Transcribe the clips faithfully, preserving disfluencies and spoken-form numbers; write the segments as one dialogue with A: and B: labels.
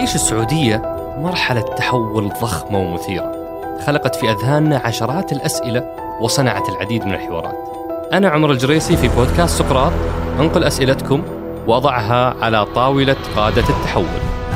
A: تعيش السعودية مرحلة تحول ضخمة ومثيرة، خلقت في أذهاننا عشرات الأسئلة وصنعت العديد من الحوارات. أنا عمر الجريسي في بودكاست سقراط أنقل أسئلتكم وأضعها على طاولة قادة التحول.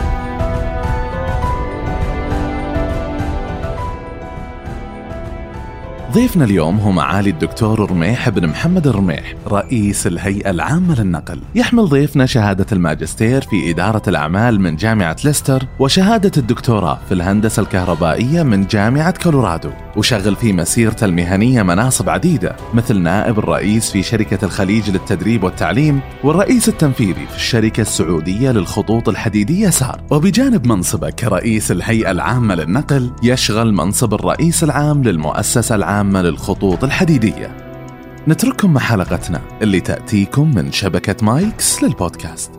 B: ضيفنا اليوم هو معالي الدكتور رميح بن محمد الرميح، رئيس الهيئة العامة للنقل. يحمل ضيفنا شهادة الماجستير في إدارة الأعمال من جامعة ليستر، وشهادة الدكتوراه في الهندسة الكهربائية من جامعة كولورادو، وشغل في مسيرته المهنية مناصب عديدة مثل نائب الرئيس في شركة الخليج للتدريب والتعليم، والرئيس التنفيذي في الشركة السعودية للخطوط الحديدية سار. وبجانب منصبه كرئيس الهيئة العامة للنقل، يشغل منصب الرئيس العام للمؤسسة العامة للخطوط الحديدية. نترككم مع حلقتنا اللي تأتيكم من شبكة مايكس للبودكاست.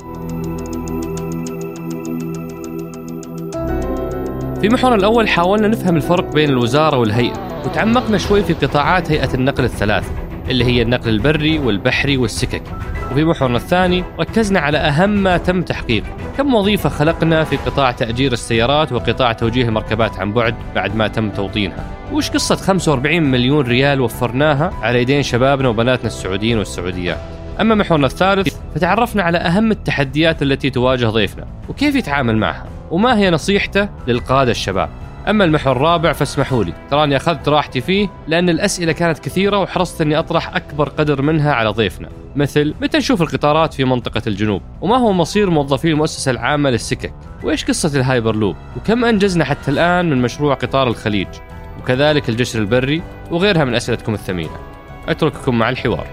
A: في محورنا الأول حاولنا نفهم الفرق بين الوزارة والهيئة، وتعمقنا شوي في قطاعات هيئة النقل الثلاثة اللي هي النقل البري والبحري والسكك. وفي محورنا الثاني ركزنا على أهم ما تم تحقيقه، كم وظيفة خلقنا في قطاع تأجير السيارات وقطاع توجيه المركبات عن بعد بعد ما تم توطينها، وش قصة خمسة وأربعين مليون ريال وفرناها على يدين شبابنا وبناتنا السعوديين والسعوديات. أما محورنا الثالث فتعرفنا على أهم التحديات التي تواجه ضيفنا وكيف يتعامل معها وما هي نصيحته للقادة الشباب. أما المحور الرابع فاسمحوا لي تراني أخذت راحتي فيه لأن الأسئلة كانت كثيرة وحرصت أني أطرح أكبر قدر منها على ضيفنا، مثل متى نشوف القطارات في منطقة الجنوب، وما هو مصير موظفي المؤسسة العامة للسكك، وإيش قصة الهايبر لوب، وكم أنجزنا حتى الآن من مشروع قطار الخليج، وكذلك الجسر البري وغيرها من أسئلتكم الثمينة. أترككم مع الحوار.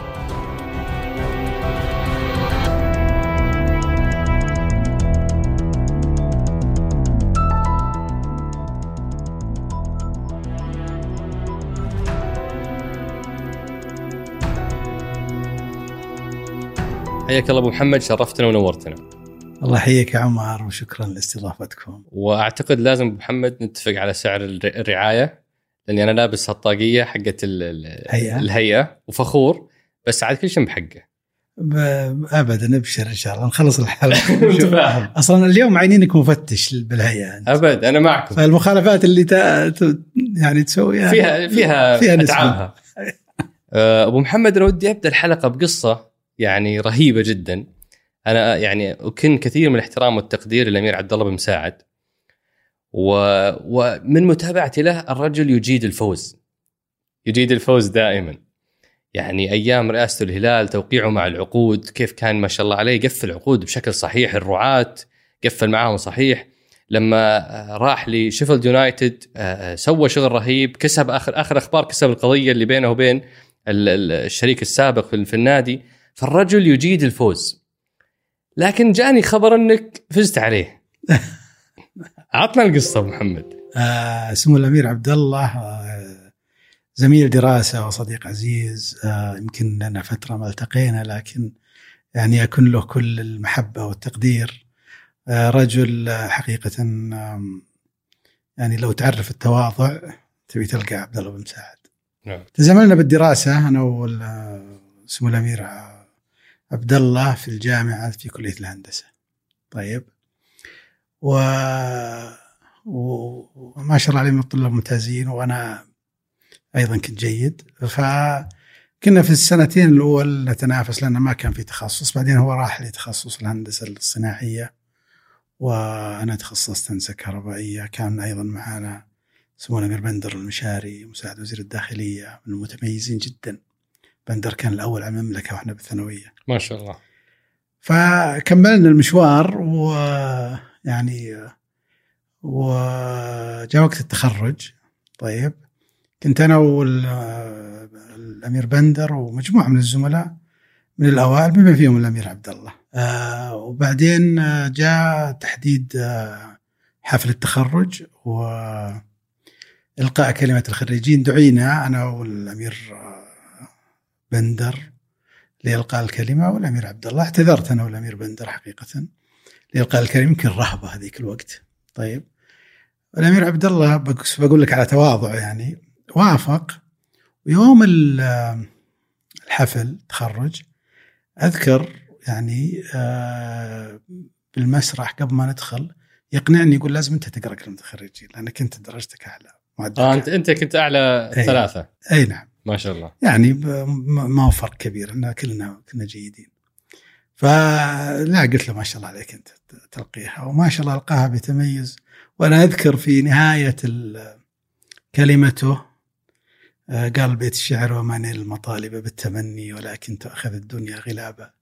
A: حياك الله أبو محمد، شرفتنا ونورتنا.
C: الله يحييك يا عمر وشكرا لاستضافتكم.
A: وأعتقد لازم أبو محمد نتفق على سعر الرعاية، لأني أنا لابس هالطاقية حقة الهيئة وفخور، بس عاد كل شيء بحقه.
C: أبدا أبشر إن شاء الله نخلص الحلقة. أصلا اليوم عينينك مفتش بالهيئة أنت.
A: أبد أنا معكم.
C: فالمخالفات اللي ت... يعني تسويها
A: فيها فيها, فيها أتعابها. أبو محمد أنا ودي أبدأ الحلقة بقصة يعني رهيبة جدا. أنا يعني أكن كثير من الاحترام والتقدير للأمير عبد الله بن مساعد، و... ومن متابعتي له الرجل يجيد الفوز، يجيد الفوز دائما. يعني أيام رئاسة الهلال توقيعه مع العقود كيف كان ما شاء الله عليه، يقفل عقود بشكل صحيح، الرعاة قفل معاهم صحيح. لما راح لشيفيلد يونايتد سوى شغل رهيب، كسب آخر آخر أخبار كسب القضية اللي بينه وبين الشريك السابق في النادي. فالرجل يجيد الفوز. لكن جاني خبر أنك فزت عليه. عطنا القصة محمد.
C: آه سمو الأمير عبد الله آه زميل دراسة وصديق عزيز، آه يمكن لنا فترة ما التقينا، لكن يعني أكن له كل المحبة والتقدير. آه رجل آه حقيقة آه يعني لو تعرف التواضع تبي تلقى عبد الله بن مساعد. نعم. تزاملنا بالدراسة أنا وسمو الأمير عبد الله في الجامعة في كلية الهندسة. طيب و... وما شاء الله عليه من الطلاب ممتازين، وأنا أيضا كنت جيد. فكنا في السنتين الأول نتنافس لأن ما كان في تخصص. بعدين هو راح لتخصص الهندسة الصناعية وأنا تخصصت هندسة كهربائية. كان أيضا معنا سمو الأمير بندر المشاري مساعد وزير الداخلية من المتميزين جدا. بندر كان الأول على المملكة وإحنا بالثانوية
A: ما شاء الله.
C: فكملنا المشوار ويعني وجاء وقت التخرج. طيب كنت أنا والأمير بندر ومجموعة من الزملاء من الأوائل بما فيهم الأمير عبد الله. آه وبعدين جاء تحديد آه حفل التخرج وإلقاء كلمة الخريجين. دعينا أنا والأمير بندر لإلقاء الكلمة، والأمير عبد الله اعتذرت أنا والأمير بندر حقيقة لإلقاء الكلمة، يمكن رهبة هذيك الوقت. طيب الأمير عبد الله بقول لك على تواضع يعني وافق. ويوم الحفل تخرج أذكر يعني بالمسرح قبل ما ندخل يقنعني يقول لازم أنت تقرأ كلمة الخريجين لأنك أنت درجتك أعلى.
A: آه أنت أنت كنت أعلى
C: أي
A: ثلاثة.
C: أي نعم
A: ما شاء الله.
C: يعني ما هو فرق كبير إن كلنا كنا جيدين. فلا قلت له ما شاء الله عليك أنت تلقيها، وما شاء الله ألقاها بتميز. وأنا أذكر في نهاية كلمته قال بيت الشعر وما نيل المطالب بالتمني ولكن تأخذ الدنيا غلابا.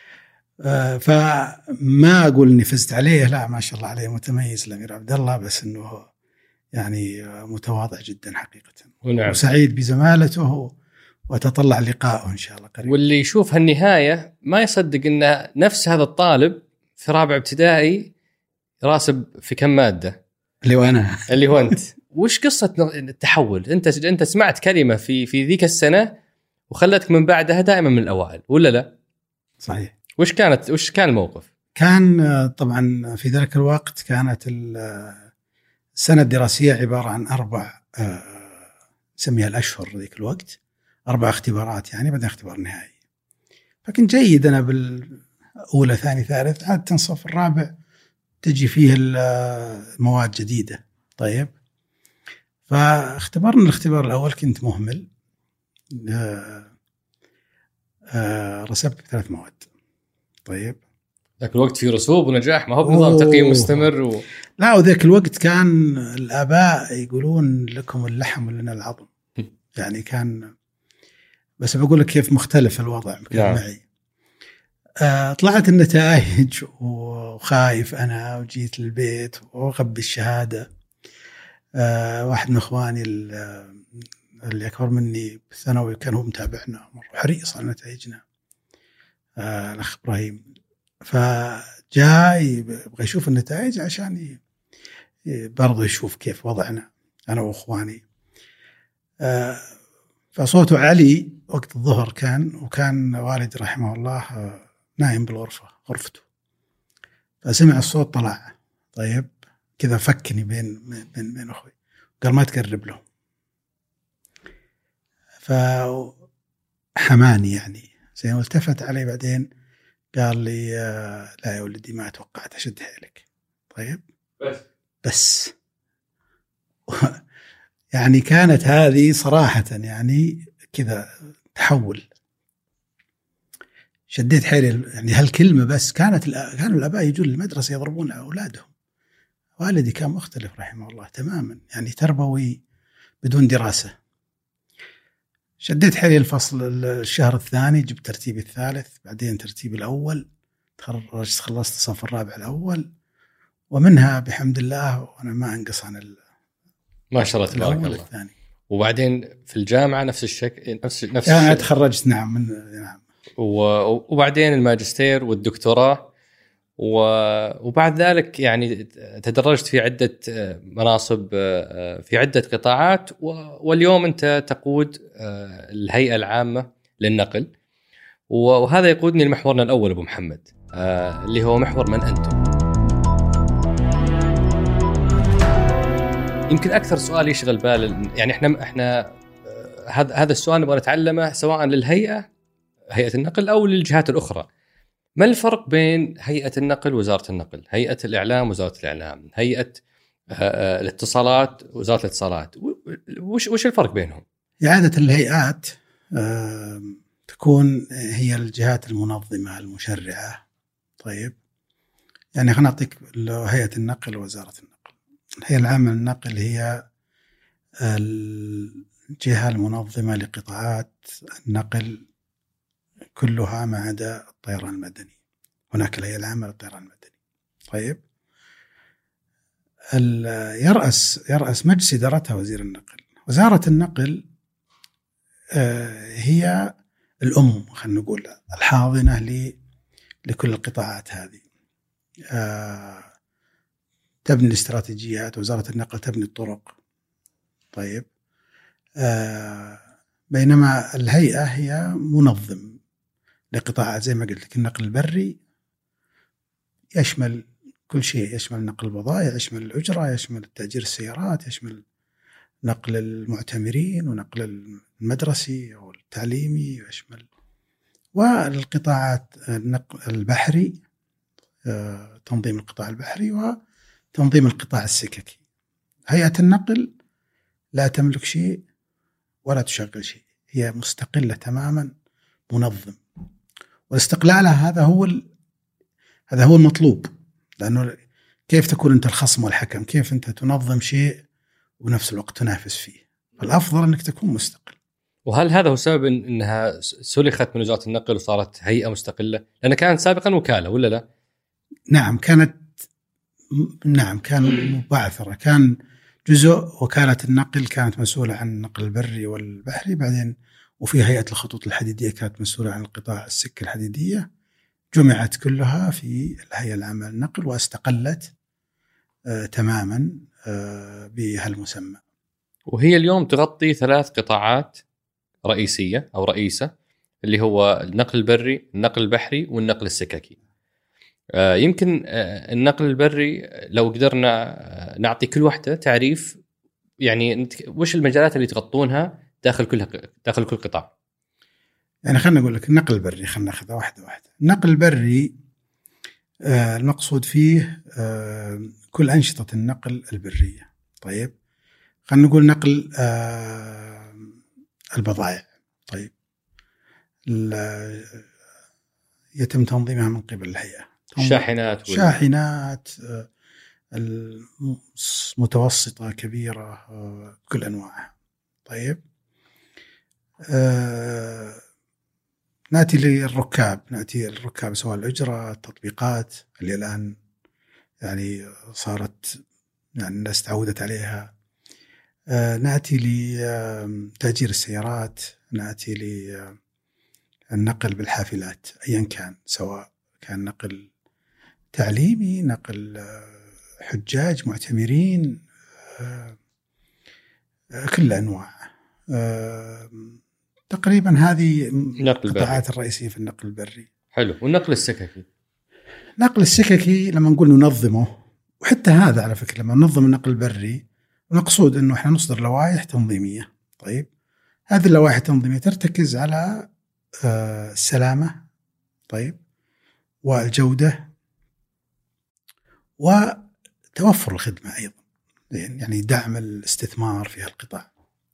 C: فما أقول إني فزت عليه، لا ما شاء الله عليه متميز الأمير عبد الله، بس إنه يعني متواضع جدا حقيقة. ونعم. وسعيد بزمالته وتطلع لقاءه إن شاء الله قريب.
A: واللي يشوف هالنهاية ما يصدق إن نفس هذا الطالب في رابع ابتدائي راسب في كم مادة
C: اللي هو أنا
A: اللي هو أنت. وش قصة التحول؟ أنت أنت سمعت كلمة في في ذيك السنة وخلتك من بعدها دائما من الأوائل ولا لا؟
C: صحيح.
A: وش كانت وش كان الموقف؟
C: كان طبعا في ذلك الوقت كانت السنة الدراسية عبارة عن أربع نسميها الأشهر ذيك الوقت، أربع اختبارات يعني بعدين اختبار نهائي. فكنت جيد أنا بالأولى ثاني ثالث، عاد تنصف الرابع تجي فيه المواد جديدة. طيب فاختبرنا الاختبار الأول كنت مهمل، رسبت بثلاث مواد. طيب
A: ذاك الوقت في رسوب ونجاح، ما هو بنظام تقييم مستمر و...
C: لا وذاك الوقت كان الآباء يقولون لكم اللحم ولنا العظم يعني كان، بس بقول لك كيف مختلف الوضع كان معي. آه طلعت النتائج وخايف أنا، وجيت للبيت وأخبي الشهادة. آه واحد من إخواني اللي أكبر مني بالثانوي كان هو متابعنا حريص على نتائجنا، آه الأخ إبراهيم، فجاء يبغى يشوف النتائج عشان برضه يشوف كيف وضعنا أنا وإخواني. آه فصوته علي وقت الظهر كان، وكان والدي رحمه الله نايم بالغرفة غرفته، فسمع الصوت طلع. طيب كذا فكني بين بين بين أخوي، قال ما تقرب له. فحماني يعني زين، والتفت علي بعدين قال لي لا يا ولدي ما توقعت، أشد حيلك. طيب
A: بس
C: بس يعني كانت هذه صراحة يعني كذا تحول، شديت حيلي يعني هالكلمة بس. كانت كانوا الآباء يجون للمدرسة يضربون أولادهم، والدي كان مختلف رحمه الله تماما، يعني تربوي بدون دراسة. شديت حيلي الفصل الشهر الثاني جبت ترتيبي الثالث، بعدين ترتيبي الأول، تخرجت خلصت الصف الرابع الأول، ومنها بحمد الله وأنا ما أنقص عن ال
A: ما شاء الله تبارك الله الثاني. وبعدين في الجامعة نفس الشيء نفس نفس
C: يعني الشيء. تخرجت نعم من نعم.
A: وبعدين الماجستير والدكتوراه، وبعد ذلك يعني تدرجت في عدة مناصب في عدة قطاعات، واليوم أنت تقود الهيئة العامة للنقل. وهذا يقودني لمحورنا الأول أبو محمد، اللي هو محور من أنتم. يمكن أكثر سؤال يشغل بال يعني إحنا إحنا هذا هذا السؤال نبغى نتعلمه سواء للهيئة هيئة النقل أو للجهات الأخرى. ما الفرق بين هيئة النقل ووزارة النقل، هيئة الإعلام وزارة الإعلام، هيئة الاتصالات وزارة الاتصالات؟ وش وش الفرق بينهم؟
C: عادة الهيئات تكون هي الجهات المنظمة المشرعة. طيب يعني خلينا نعطيك هيئة النقل ووزارة النقل. الهيئة العامة للنقل هي الجهة المنظمة لقطاعات النقل كلها ما عدا الطيران المدني. هناك الهيئة العامة للطيران المدني. طيب يرأس يرأس مجلس إدارتها وزير النقل. وزارة النقل هي الأم، خلينا نقول الحاضنة لكل القطاعات هذه. تبني الاستراتيجيات، وزارة النقل تبني الطرق. طيب بينما الهيئة هي منظم لقطاعات زي ما قلت لك. النقل البري يشمل كل شيء، يشمل نقل البضائع، يشمل الأجرة، يشمل تأجير السيارات، يشمل نقل المعتمرين ونقل المدرسي أو التعليمي، يشمل والقطاعات النقل البحري، تنظيم القطاع البحري، تنظيم القطاع السككي. هيئة النقل لا تملك شيء ولا تشغل شيء، هي مستقلة تماما، منظم. واستقلالها هذا هو هذا هو المطلوب، لأنه كيف تكون أنت الخصم والحكم؟ كيف أنت تنظم شيء وبنفس الوقت تنافس فيه؟ فالأفضل أنك تكون مستقل.
A: وهل هذا هو السبب إن إنها سلخت من وزارة النقل وصارت هيئة مستقلة؟ لأنها كانت سابقا وكالة ولا لا؟
C: نعم كانت، نعم كان مبعثرة، كان جزء وكالة النقل كانت مسؤولة عن النقل البري والبحري، بعدين وفي هيئة الخطوط الحديدية كانت مسؤولة عن القطاع السكة الحديدية، جمعت كلها في الهيئة العامة للنقل واستقلت آه تماما آه بهالمسمى.
A: وهي اليوم تغطي ثلاث قطاعات رئيسية أو رئيسة، اللي هو النقل البري، النقل البحري، والنقل السككي. آه يمكن آه النقل البري لو قدرنا آه نعطي كل واحدة تعريف، يعني وش المجالات اللي تغطونها داخل كل داخل كل قطاع؟
C: يعني خلنا نقول لك النقل البري، خلنا ناخذها واحدة واحدة. النقل البري آه المقصود فيه آه كل أنشطة النقل البرية. طيب خلنا نقول نقل آه البضائع. طيب يتم تنظيمها من قبل الهيئة،
A: الشاحنات
C: شاحنات آه المتوسطة كبيرة آه كل أنواعها. طيب آه نأتي للركاب، نأتي للركاب سواء الأجرة، التطبيقات اللي الآن يعني صارت يعني الناس تعودت عليها. آه نأتي لتأجير السيارات، نأتي للنقل بالحافلات أيا كان، سواء كان نقل تعليمي، نقل حجاج، معتمرين، آه كل أنواع. آه تقريبا هذه القطاعات الرئيسية في النقل البري.
A: حلو. والنقل السككي؟
C: نقل السككي لما نقول ننظمه، وحتى هذا على فكرة لما ننظم النقل البري ونقصد أنه إحنا نصدر لوائح تنظيمية. طيب هذه اللوائح التنظيمية ترتكز على آه السلامة، طيب، والجودة وتوفر الخدمة أيضا، يعني دعم الاستثمار في هالقطاع.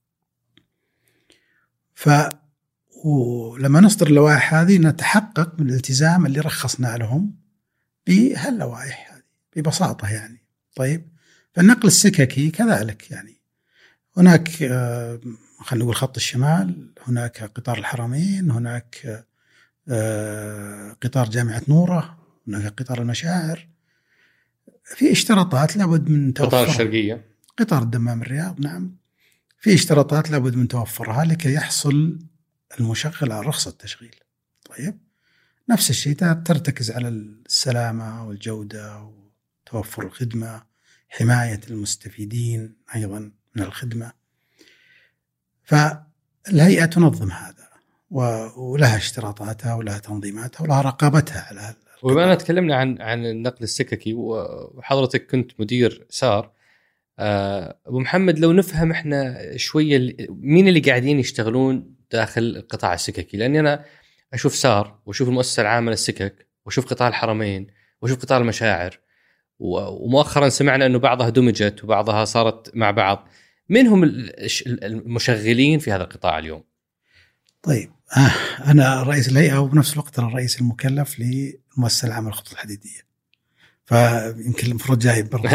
C: فلما نصدر اللوائح هذه نتحقق من الالتزام اللي رخصنا لهم بهاللوائح هذه ببساطة يعني. طيب فالنقل السككي كذلك، يعني هناك خلينا نقول خط الشمال، هناك قطار الحرمين، هناك قطار جامعة نورة، هناك قطار المشاعر، في اشتراطات لابد من توفرها.
A: قطار الشرقية،
C: قطار الدمام الرياض، نعم، في اشتراطات لابد من توفرها لكي يحصل المشغل على رخصة التشغيل. طيب نفس الشيء ترتكز على السلامة والجودة وتوفر الخدمة، حماية المستفيدين أيضا من الخدمة. فالهيئة تنظم هذا ولها اشتراطاتها ولها تنظيماتها ولها رقابتها على هذا.
A: وبما أننا تكلمنا عن عن النقل السككي وحضرتك كنت مدير سار، أبو محمد، لو نفهم إحنا شوية مين اللي قاعدين يشتغلون داخل القطاع السككي، لأني أنا أشوف سار وأشوف المؤسسة العامة للسكك وأشوف قطاع الحرمين وأشوف قطاع المشاعر، ومؤخرا سمعنا أنه بعضها دمجت وبعضها صارت مع بعض. من هم المشغلين في هذا القطاع اليوم؟
C: طيب أنا رئيس الهيئة وبنفس الوقت أنا الرئيس المكلف للمؤسسة العامة للخطوط الحديدية، فيمكن المفروض جاي برضه.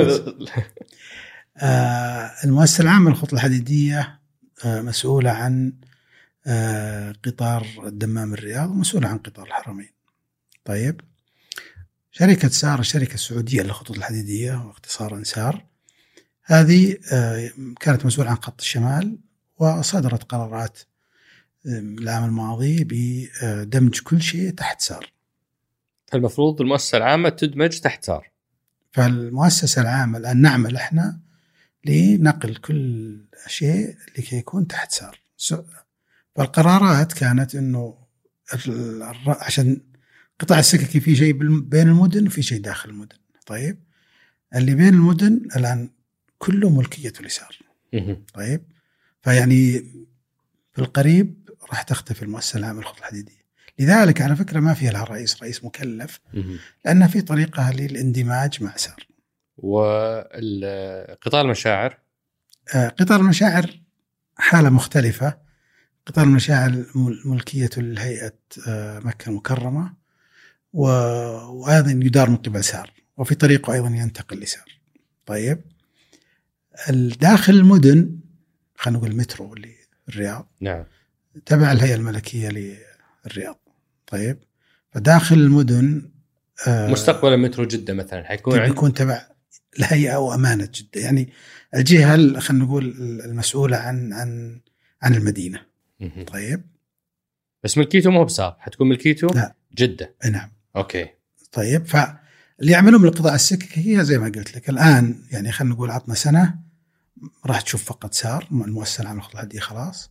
C: المؤسسة العامة للخطوط الحديدية مسؤولة عن قطار الدمام الرياض ومسؤولة عن قطار الحرمين. طيب شركة سار، الشركة السعودية للخطوط الحديدية واختصارا سار، هذه كانت مسؤولة عن خط الشمال، وصدرت قرارات العام الماضي بدمج كل شيء تحت سار.
A: المفروض المؤسسة العامة تدمج تحت سار.
C: فالمؤسسة العامة الآن نعمل احنا لنقل كل شيء لكي يكون تحت سار. فالقرارات كانت انه عشان قطاع السككي في شيء بين المدن وفي شيء داخل المدن. طيب اللي بين المدن الآن كله ملكية لسار. طيب فيعني في القريب راح تختفي المؤسسة العامة للخطوط الحديدية. لذلك على فكرة ما فيها لها رئيس رئيس مكلف، لأن في طريقة للاندماج مع سار.
A: وقطار المشاعر.
C: قطار المشاعر حالة مختلفة. قطار المشاعر ملكية لهيئة مكة المكرمة، وأيضا يدار من قبل سار، وفي طريقه أيضا ينتقل لسار. طيب، الداخل المدن خلينا نقول المترو اللي في الرياض،
A: نعم،
C: تبع الهيئة الملكية للرياض. طيب، فداخل المدن
A: مستقبل المترو جدة مثلا حيكون عند...
C: يكون تبع الهيئة أو أمانة جدة، يعني الجهة خلينا نقول المسؤولة عن عن عن المدينة. طيب،
A: بس ملكيته مو بسار، حتكون ملكيته
C: لا.
A: جدة.
C: نعم.
A: أوكي.
C: طيب، فاللي يعملون بالقطاع السككي هي زي ما قلت لك الآن، يعني خلينا نقول عطنا سنة راح تشوف فقط سار، المؤسسة العامة للخطوط الحديدية خلاص.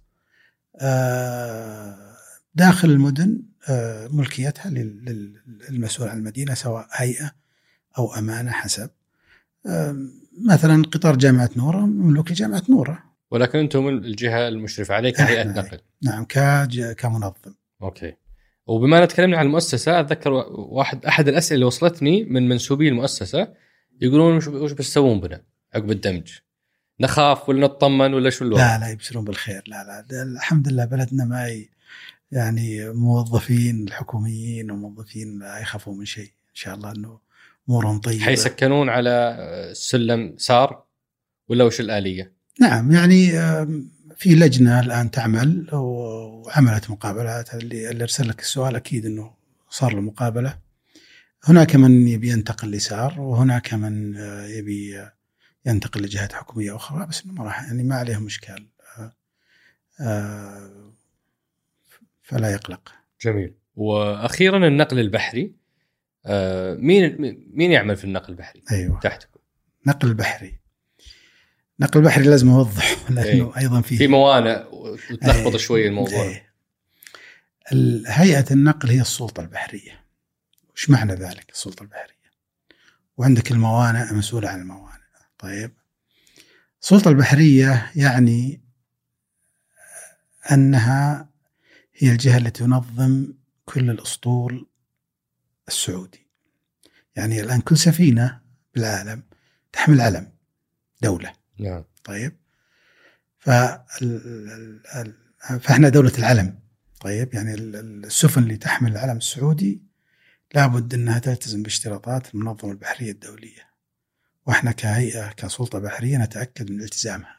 C: داخل المدن ملكيتها للمسؤول عن المدينة، سواء هيئة أو أمانة حسب. مثلا قطار جامعة نورة مملوك لجامعة نورة،
A: ولكن أنتم الجهة المشرفة عليه كهيئة نقل.
C: نعم، كمنظم.
A: أوكي. وبما نتكلمنا عن المؤسسة، أتذكر واحد أحد الأسئلة اللي وصلتني من منسوبي المؤسسة يقولون وش بتسوون بنا عقب الدمج؟ نخاف ولا نطمن ولا شو الوضع؟
C: لا لا، يبشرون بالخير. لا لا، الحمد لله بلدنا ما يعني موظفين الحكوميين وموظفين لا يخافوا من شيء، إن شاء الله إنه أمورهم طيبة.
A: حيسكنون على سلم سار ولا وش الآلية؟
C: نعم، يعني في لجنة الآن تعمل وعملت مقابلات. اللي اللي أرسل لك السؤال أكيد إنه صار له مقابلة. هناك من يبي ينتقل لسار، وهناك من يبي ينتقل لجهات حكومية أخرى، بس إنه ما راح يعني ما عليهم إشكال، فلا يقلق.
A: جميل. وأخيرا النقل البحري، مين مين يعمل في النقل البحري؟
C: أيوة.
A: تحتكم
C: نقل البحري. نقل البحري لازم أوضح لأنه أيه. أيضا فيه
A: في موانئ وتلخبط أيه. شوي الموضوع.
C: أيه. هيئة النقل هي السلطة البحرية. وش معنى ذلك السلطة البحرية؟ وعندك الموانئ مسؤولة عن الموانئ. طيب، السلطة البحرية يعني أنها هي الجهة التي تنظم كل الأسطول السعودي. يعني الآن كل سفينة بالعالم تحمل علم دولة.
A: نعم.
C: طيب، فإحنا دولة العلم. طيب، يعني السفن اللي تحمل العلم السعودي لابد أنها تلتزم باشتراطات المنظمة البحرية الدولية، وإحنا كهيئة كسلطة بحرية نتأكد من التزامها.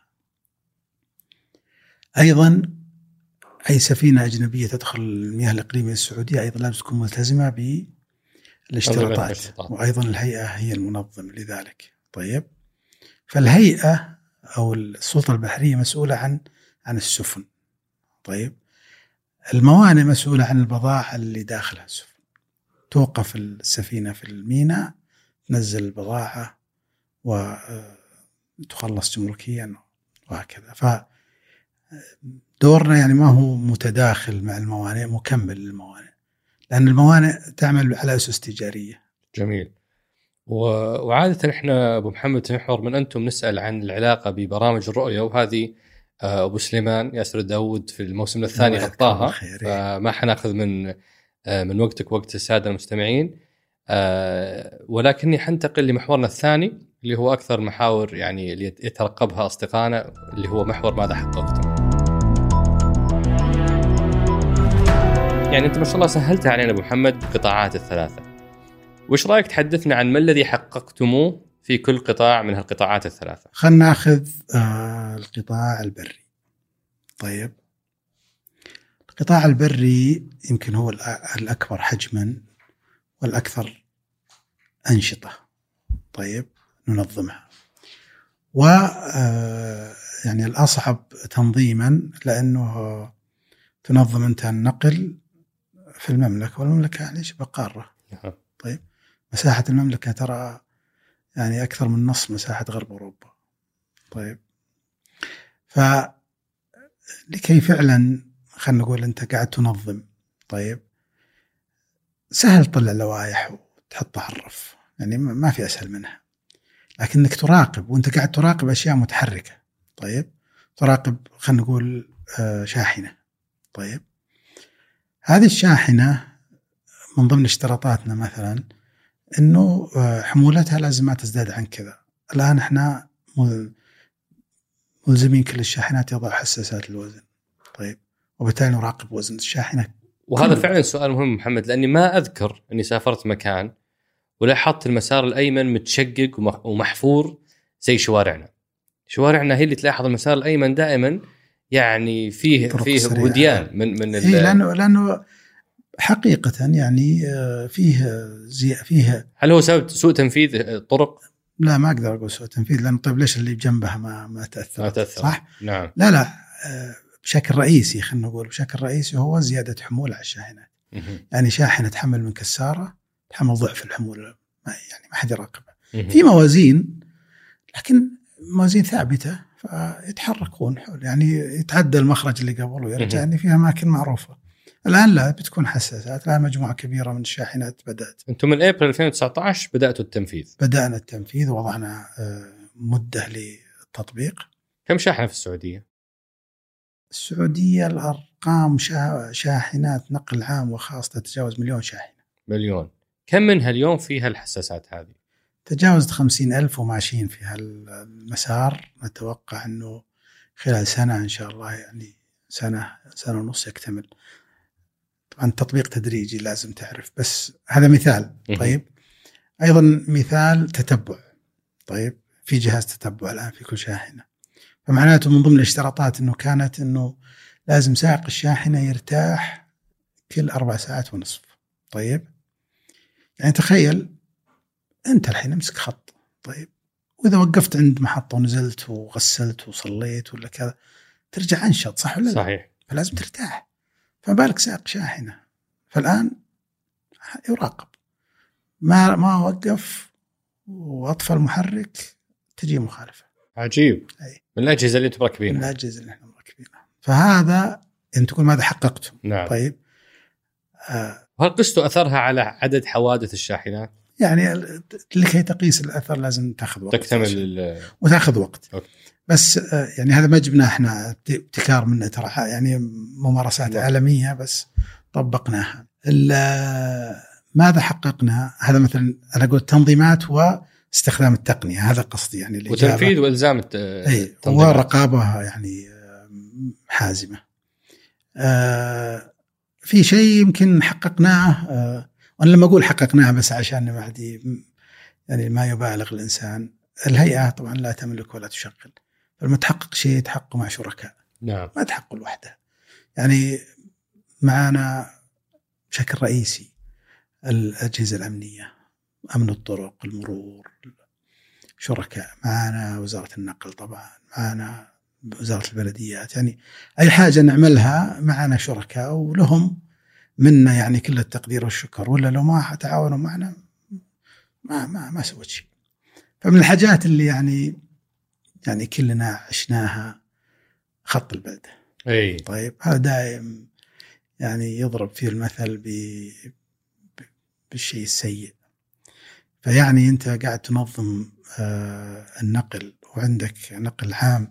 C: أيضا أي سفينة أجنبية تدخل المياه الإقليمية السعودية أيضا لازم تكون ملتزمة بالاشتراطات، وأيضا الهيئة هي المنظم لذلك. طيب، فالهيئة أو السلطة البحرية مسؤولة عن عن السفن. طيب، الموانئ مسؤولة عن البضائع اللي داخلها السفن. توقف السفينة في الميناء، تنزل البضاعة وتخلص جمركيا وهكذا. فدورنا يعني ما هو متداخل مع الموانئ، مكمل للموانئ، لأن الموانئ تعمل على أسس تجارية.
A: جميل. وعادة إحنا أبو محمد محور من أنتم نسأل عن العلاقة ببرامج الرؤية، وهذه أبو سليمان ياسر داود في الموسم الثاني غطاها، فما حناخذ من من وقتك وقت السادة المستمعين، ولكني حنتقل لمحورنا الثاني اللي هو أكثر محاور يعني اللي يترقبها أصدقائنا، اللي هو محور ماذا حققتم. يعني أنت ما شاء الله سهلت علينا أبو محمد القطاعات الثلاثة، وش رأيك تحدثنا عن ما الذي حققتموه في كل قطاع من هالقطاعات الثلاثة؟
C: خلنا ناخذ آه القطاع البري. طيب، القطاع البري يمكن هو الأكبر حجما والأكثر أنشطة. طيب، ننظمها، و آه يعني الأصعب تنظيما، لأنه تنظم أنت النقل في المملكة، والمملكة يعني شبه قارة. طيب، مساحة المملكة ترى يعني أكثر من نصف مساحة غرب أوروبا. طيب، فلكي فعلا خلنا نقول أنت قاعد تنظم، طيب سهل تطلع لوائح وتحطها على الرف، يعني ما في أسهل منها، لكنك تراقب، وأنت قاعد تراقب أشياء متحركة. طيب، تراقب خلنا نقول شاحنة. طيب، هذه الشاحنة من ضمن اشتراطاتنا مثلا إنه حمولتها لازم ما تزداد عن كذا. الآن إحنا ملزمين كل الشاحنات يضع حساسات الوزن، طيب، وبالتالي نراقب وزن الشاحنة.
A: وهذا فعلا سؤال مهم محمد، لأني ما أذكر أني سافرت مكان ولاحظت المسار الأيمن متشقق ومحفور زي شوارعنا. شوارعنا هي اللي تلاحظ المسار الأيمن دائما يعني فيه فيه وديان من من
C: إيه، لأنه لأنه حقيقة يعني فيه زي فيه.
A: هل هو سبب سوء تنفيذ الطرق؟
C: لا، ما أقدر أقول سوء تنفيذ، لأنه طيب ليش اللي بجنبها ما ما تأثر؟
A: ما تأثر،
C: صح؟
A: نعم.
C: لا لا، بشكل رئيسي خلينا نقول بشكل رئيسي هو زيادة حمول على الشاحنات. يعني شاحنة تحمل من كسارة تحمل ضعف الحمول، ما يعني ما حد يراقبها. في موازين لكن موازين ثابتة فيتحركون حول، يعني يتعدى المخرج اللي قبل ويرجع، يعني فيها أماكن معروفة. الآن لا، بتكون حساسات. الآن مجموعة كبيرة من الشاحنات بدأت.
A: أنتم من أبريل ألفين وتسعة عشر بدأتوا التنفيذ؟
C: بدأنا التنفيذ ووضعنا مدة للتطبيق.
A: كم شاحنة في السعودية؟
C: السعودية الأرقام شاحنات نقل عام وخاص تتجاوز مليون شاحنة.
A: مليون. كم منها اليوم فيها الحساسات هذه؟
C: تجاوزت خمسين ألف وماشيين في هالمسار. نتوقع أنه خلال سنة إن شاء الله، يعني سنة سنة ونص يكتمل. طبعا التطبيق تدريجي لازم تعرف، بس هذا مثال. طيب، أيضا مثال تتبع. طيب، في جهاز تتبع الآن في كل شاحنة، فمعناته من ضمن الاشتراطات أنه كانت أنه لازم سائق الشاحنة يرتاح كل أربع ساعات ونصف. طيب، يعني تخيل أنت الحين امسك خط، طيب، وإذا وقفت عند محطة ونزلت وغسلت وصليت ولا كذا ترجع أنشط، صح ولا لا؟
A: صحيح.
C: فلازم ترتاح، فما بالك سائق شاحنة. فالآن يراقب، ما ما وقف وأطفى المحرك تجي مخالفة.
A: عجيب.
C: أي.
A: من الأجهزة اللي تركبينها.
C: من الأجهزة اللي احنا مركبينها. فهذا أنت تقول ماذا حققته؟
A: نعم.
C: طيب، آه
A: هل قستوا أثرها على عدد حوادث الشاحنات؟
C: يعني لكي تقيس الأثر لازم تأخذ وقت،
A: تكتمل
C: وتأخذ وقت.
A: أوكي.
C: بس آه يعني هذا ما جبنا احنا ابتكار منه، ترى يعني ممارسات
A: الله.
C: عالمية بس طبقناها. ماذا حققنا؟ هذا مثلا أنا أقول تنظيمات واستخدام التقنية، هذا قصدي يعني.
A: وتنفيذ والزام
C: التنظيمات ورقابة يعني حازمة. آه في شيء يمكن حققناه، آه وأنا لما أقول حققناه بس عشان ما عندي يعني ما يبالغ الإنسان. الهيئة طبعا لا تملك ولا تشغل، فلما تحقق شيء تحقق مع شركاء.
A: نعم.
C: ما تحقق لوحده. يعني معنا بشكل رئيسي الأجهزة الأمنية، أمن الطرق، المرور، شركاء معنا، وزارة النقل طبعا معنا، وزارة البلديات. يعني أي حاجة نعملها معنا شركاء ولهم منا يعني كل التقدير والشكر، ولا لو ما تعاونوا معنا ما ما ما سويت شيء. فمن الحاجات اللي يعني يعني كلنا عشناها خط البلدة.
A: أي.
C: طيب، هذا دائم يعني يضرب فيه المثل ب بالشيء السيء. فيعني أنت قاعد تنظم آه النقل وعندك نقل عام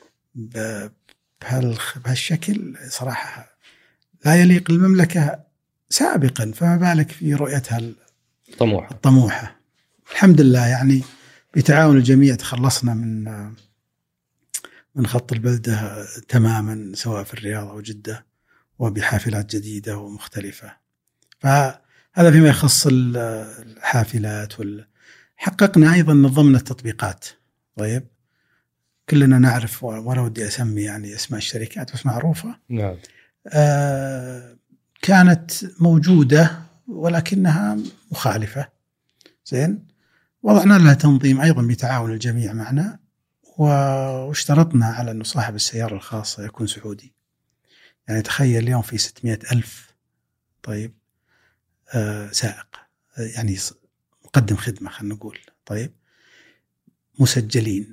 C: بهالشكل، صراحة لا يليق المملكة سابقا، فما بالك في رؤيتها
A: الطموحة.
C: الطموحة. الحمد لله يعني بتعاون الجميع تخلصنا من من خط البلدة تماما، سواء في الرياض أو جدة، وبحافلات جديدة ومختلفة. فهذا فيما يخص الحافلات. وال... حققنا أيضا نظمنا التطبيقات. طيب، كلنا نعرف ولا ودي أسمي يعني اسماء الشركات بس معروفة.
A: نعم.
C: آه كانت موجودة ولكنها مخالفة. زين، وضعنا لها تنظيم أيضا بتعاون الجميع معنا، واشترطنا على أن صاحب السيارة الخاصة يكون سعودي. يعني تخيل اليوم في ستمائة ألف طيب آه سائق، يعني مقدم خدمة خلينا نقول، طيب، مسجلين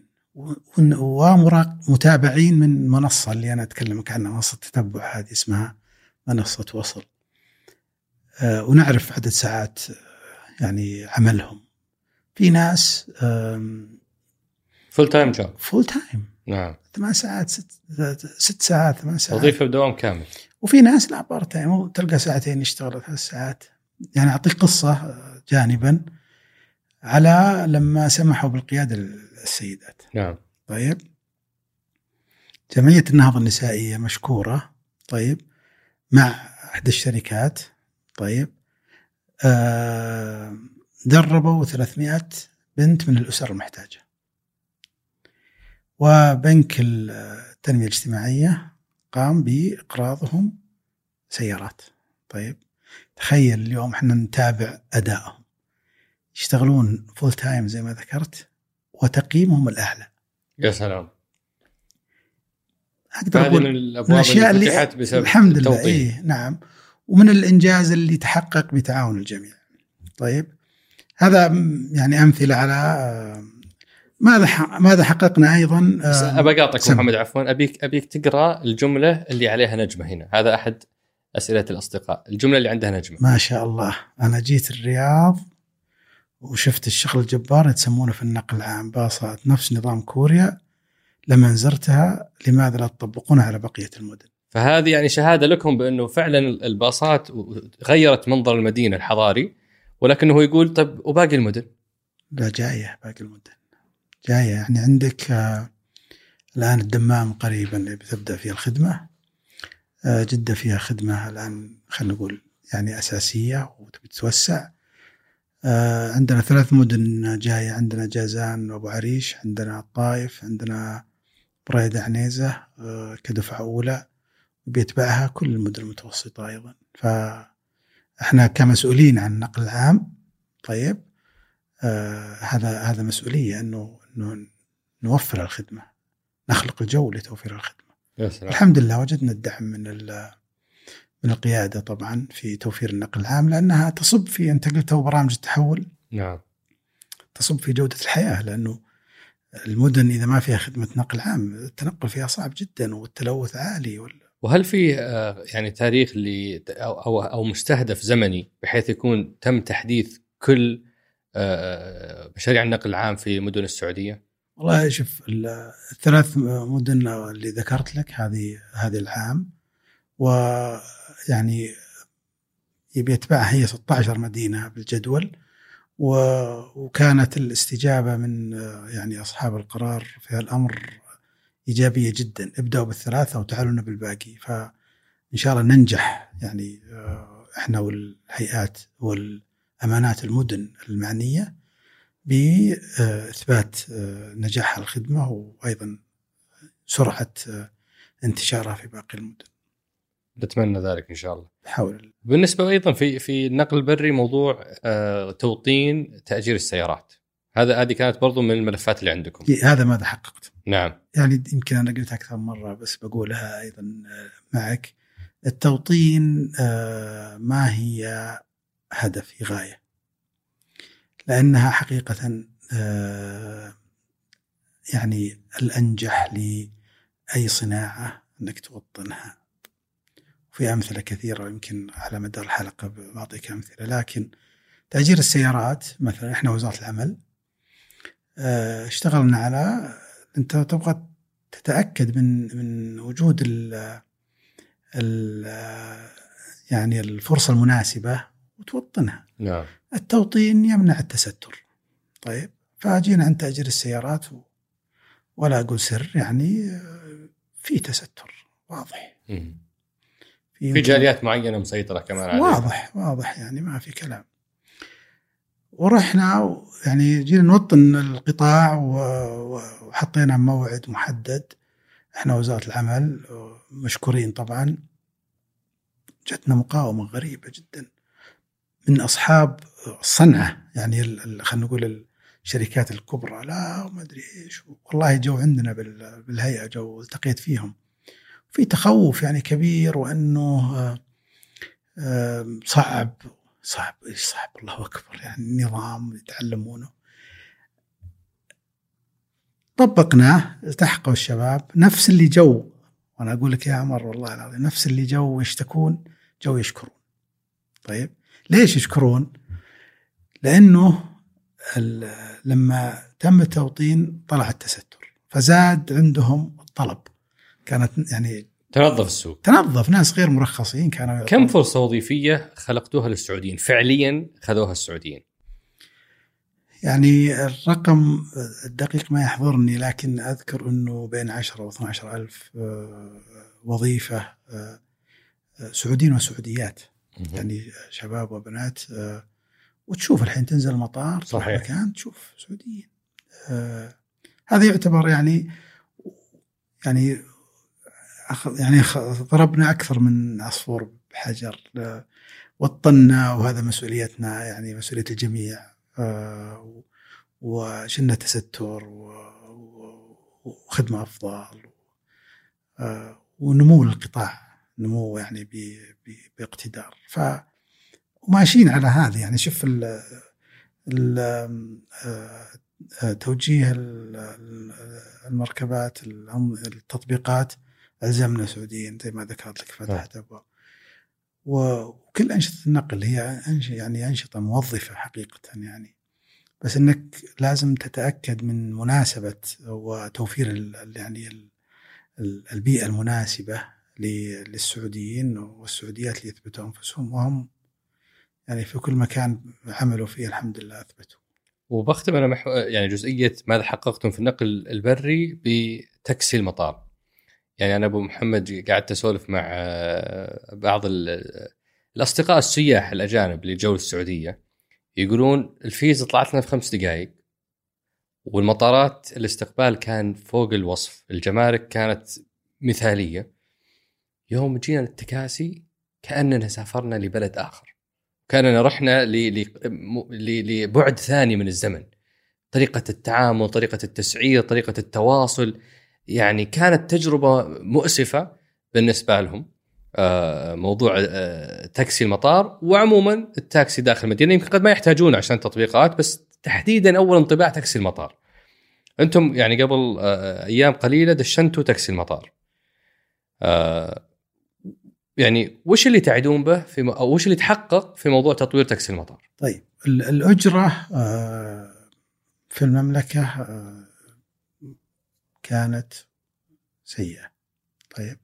C: ومتابعين من منصة اللي أنا أتكلمك عنها، منصة تتبع هذه اسمها منصة وصل. آه ونعرف عدد ساعات يعني عملهم. في ناس
A: فول تايم جوب.
C: فول تايم.
A: نعم.
C: ثمان ساعات ست, ست ساعات ثمان ساعات.
A: وظيفة بدوام كامل.
C: وفي ناس لا بارت تايم، تلقى ساعتين يشتغل ثلاث ساعات. يعني أعطيك قصة جانبا. على لما سمحوا بالقيادة للسيدات.
A: نعم.
C: طيب جمعية النهضة النسائية مشكورة طيب مع إحدى الشركات طيب آه دربوا ثلاثمائة بنت من الأسر المحتاجة، وبنك التنمية الاجتماعية قام بإقراضهم سيارات. طيب تخيل اليوم احنا نتابع أدائهم، يشتغلون فول تايم زي ما ذكرت وتقييمهم الأعلى.
A: يا سلام.
C: أقدر أقول من الأشياء اللي الحمد لله إيه نعم، ومن الإنجاز اللي تحقق بتعاون الجميع. طيب هذا يعني أمثلة على ماذا ماذا حققنا أيضا.
A: أبى أقاطعك محمد عفوا، أبيك أبيك تقرأ الجملة اللي عليها نجمة هنا. هذا أحد أسئلة الأصدقاء، الجملة اللي عندها نجمة.
C: ما شاء الله. أنا جيت الرياض وشفت الشغل الجبار يتسمونه في النقل العام باصات نفس نظام كوريا، لما نزرتها لماذا لا تطبقونها على بقية المدن؟
A: فهذه يعني شهادة لكم بأنه فعلا الباصات غيرت منظر المدينة الحضاري، ولكنه يقول طب وباقي المدن؟
C: لا جاية باقي المدن جاية. يعني عندك آه الآن الدمام قريبا اللي بتبدأ فيها الخدمة، آه جدة فيها خدمة الآن خلينا نقول يعني أساسية وتتوسع. آه عندنا ثلاث مدن جاية، عندنا جازان وأبو عريش، عندنا الطائف، عندنا بريدة عنيزة آه كدفعة أولى، بيتبعها كل المدن المتوسطة أيضا. فإحنا كمسؤولين عن النقل العام طيب آه هذا هذا مسؤولية إنه إنه نوفر الخدمة، نخلق الجو لتوفير الخدمة. الحمد لله وجدنا الدعم من من القيادة طبعا في توفير النقل العام، لأنها تصب في أنت قلته برامج التحول.
A: نعم.
C: تصب في جودة الحياة، لأنه المدن إذا ما فيها خدمة نقل عام التنقل فيها صعب جدا والتلوث عالي. وال...
A: وهل في يعني تاريخ اللي أو, أو أو مستهدف زمني بحيث يكون تم تحديث كل مشاريع النقل العام في مدن السعودية؟
C: والله شوف الثلاث مدن اللي ذكرت لك هذه هذه العام، ويعني يبي يتبعها هي ستة عشر مدينة بالجدول، وكانت الاستجابة من يعني أصحاب القرار في الأمر إيجابية جدا. ابدأوا بالثلاثة وتعالونا بالباقي، فإن شاء الله ننجح يعني إحنا والهيئات والأمانات المدن المعنية بإثبات نجاح الخدمة وأيضا سرعة انتشارها في باقي المدن.
A: نتمنى ذلك إن شاء الله.
C: حاول.
A: بالنسبة أيضا في في النقل البري موضوع آه توطين تأجير السيارات، هذا هذه كانت برضو من الملفات اللي عندكم.
C: هذا ماذا حققت؟
A: نعم.
C: يعني يمكن أنا قلت أكثر مرة بس بقولها أيضا معك. التوطين آه ما هي هدف، هي غاية، لأنها حقيقة آه يعني الأنجح لأي صناعة أنك توطنها. في أمثلة كثيرة يمكن على مدار الحلقة بعطيك أمثلة، لكن تأجير السيارات مثلا إحنا وزارة العمل اشتغلنا على أنت تبغى تتأكد من من وجود ال ال يعني الفرصة المناسبة وتوطنها.
A: نعم.
C: التوطين يمنع التستر. طيب فأجينا عن تأجير السيارات ولا أقول سر يعني في تستر واضح.
A: م. في جاليات معينة مسيطرة كمان عليها.
C: واضح واضح يعني ما في كلام. ورحنا يعني جينا نوطن القطاع وحطينا موعد محدد احنا وزارة العمل مشكورين طبعا. جتنا مقاومة غريبة جدا من أصحاب الصنعة، يعني خلينا نقول الشركات الكبرى، لا وما أدري إيش. والله جو عندنا بالهيئة جو التقيت فيهم في تخوف يعني كبير، وأنه صعب صعب إيش صعب الله أكبر، يعني النظام يتعلمونه. طبقناه، التحقوا الشباب نفس اللي جو، وأنا أقول لك يا عمر والله العظيم نفس اللي جو يشتكون جو يشكرون. طيب ليش يشكرون؟ لأنه لما تم التوطين طلع التستر فزاد عندهم الطلب، كانت يعني
A: تنظف السوق،
C: تنظف ناس غير مرخصين كانوا.
A: كم فرصة وظيفية خلقتوها للسعوديين فعليا خذوها السعوديين؟
C: يعني الرقم الدقيق ما يحضرني، لكن أذكر أنه بين عشرة واثنى عشر ألف وظيفة سعوديين وسعوديات، يعني شباب وبنات. وتشوف الحين تنزل المطار تروح مكان تشوف سعوديين. هذا يعتبر يعني يعني يعني ضربنا أكثر من عصفور بحجر، وطنا، وهذا مسؤوليتنا، يعني مسؤولية الجميع. وشلنا تستر وخدمة أفضل ونمو القطاع، نمو يعني باقتدار. ف وماشيين على هذا. يعني شوف ال ال توجيه المركبات، التطبيقات، ألزمنا سعوديين زي ما ذكرت لك، فتحت أبواب. وكل أنشطة النقل هي يعني أنشطة موظفة حقيقة، يعني بس إنك لازم تتأكد من مناسبة وتوفير يعني البيئة المناسبة للسعوديين والسعوديات ليثبتوا أنفسهم، وهم يعني في كل مكان عملوا فيه الحمد لله أثبتوا.
A: وبختم أنا محو... يعني جزئية ماذا حققتم في النقل البري بتاكسي المطار. يعني أنا أبو محمد قاعد أسولف مع بعض الأصدقاء السياح الأجانب اللي جو السعودية، يقولون الفيزا طلعت لنا في خمس دقائق، والمطارات الاستقبال كان فوق الوصف، الجمارك كانت مثالية. يوم جينا للتكاسي كأننا سافرنا لبلد آخر، كأننا رحنا لبعد ثاني من الزمن. طريقة التعامل، طريقة التسعير، طريقة التواصل، يعني كانت تجربة مؤسفة بالنسبة لهم. موضوع تاكسي المطار وعموما التاكسي داخل المدينة يمكن قد ما يحتاجون عشان تطبيقات، بس تحديدا أول انطباع تاكسي المطار. أنتم يعني قبل أيام قليلة دشنتوا تاكسي المطار، يعني وش اللي تعدون به في م... أو وش اللي تحقق في موضوع تطوير تاكسي المطار؟
C: طيب الأجرة في المملكة كانت سيئة. طيب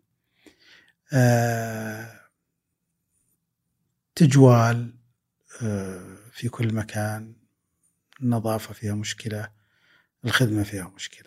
C: تجوال في كل مكان، النظافة فيها مشكلة، الخدمة فيها مشكلة.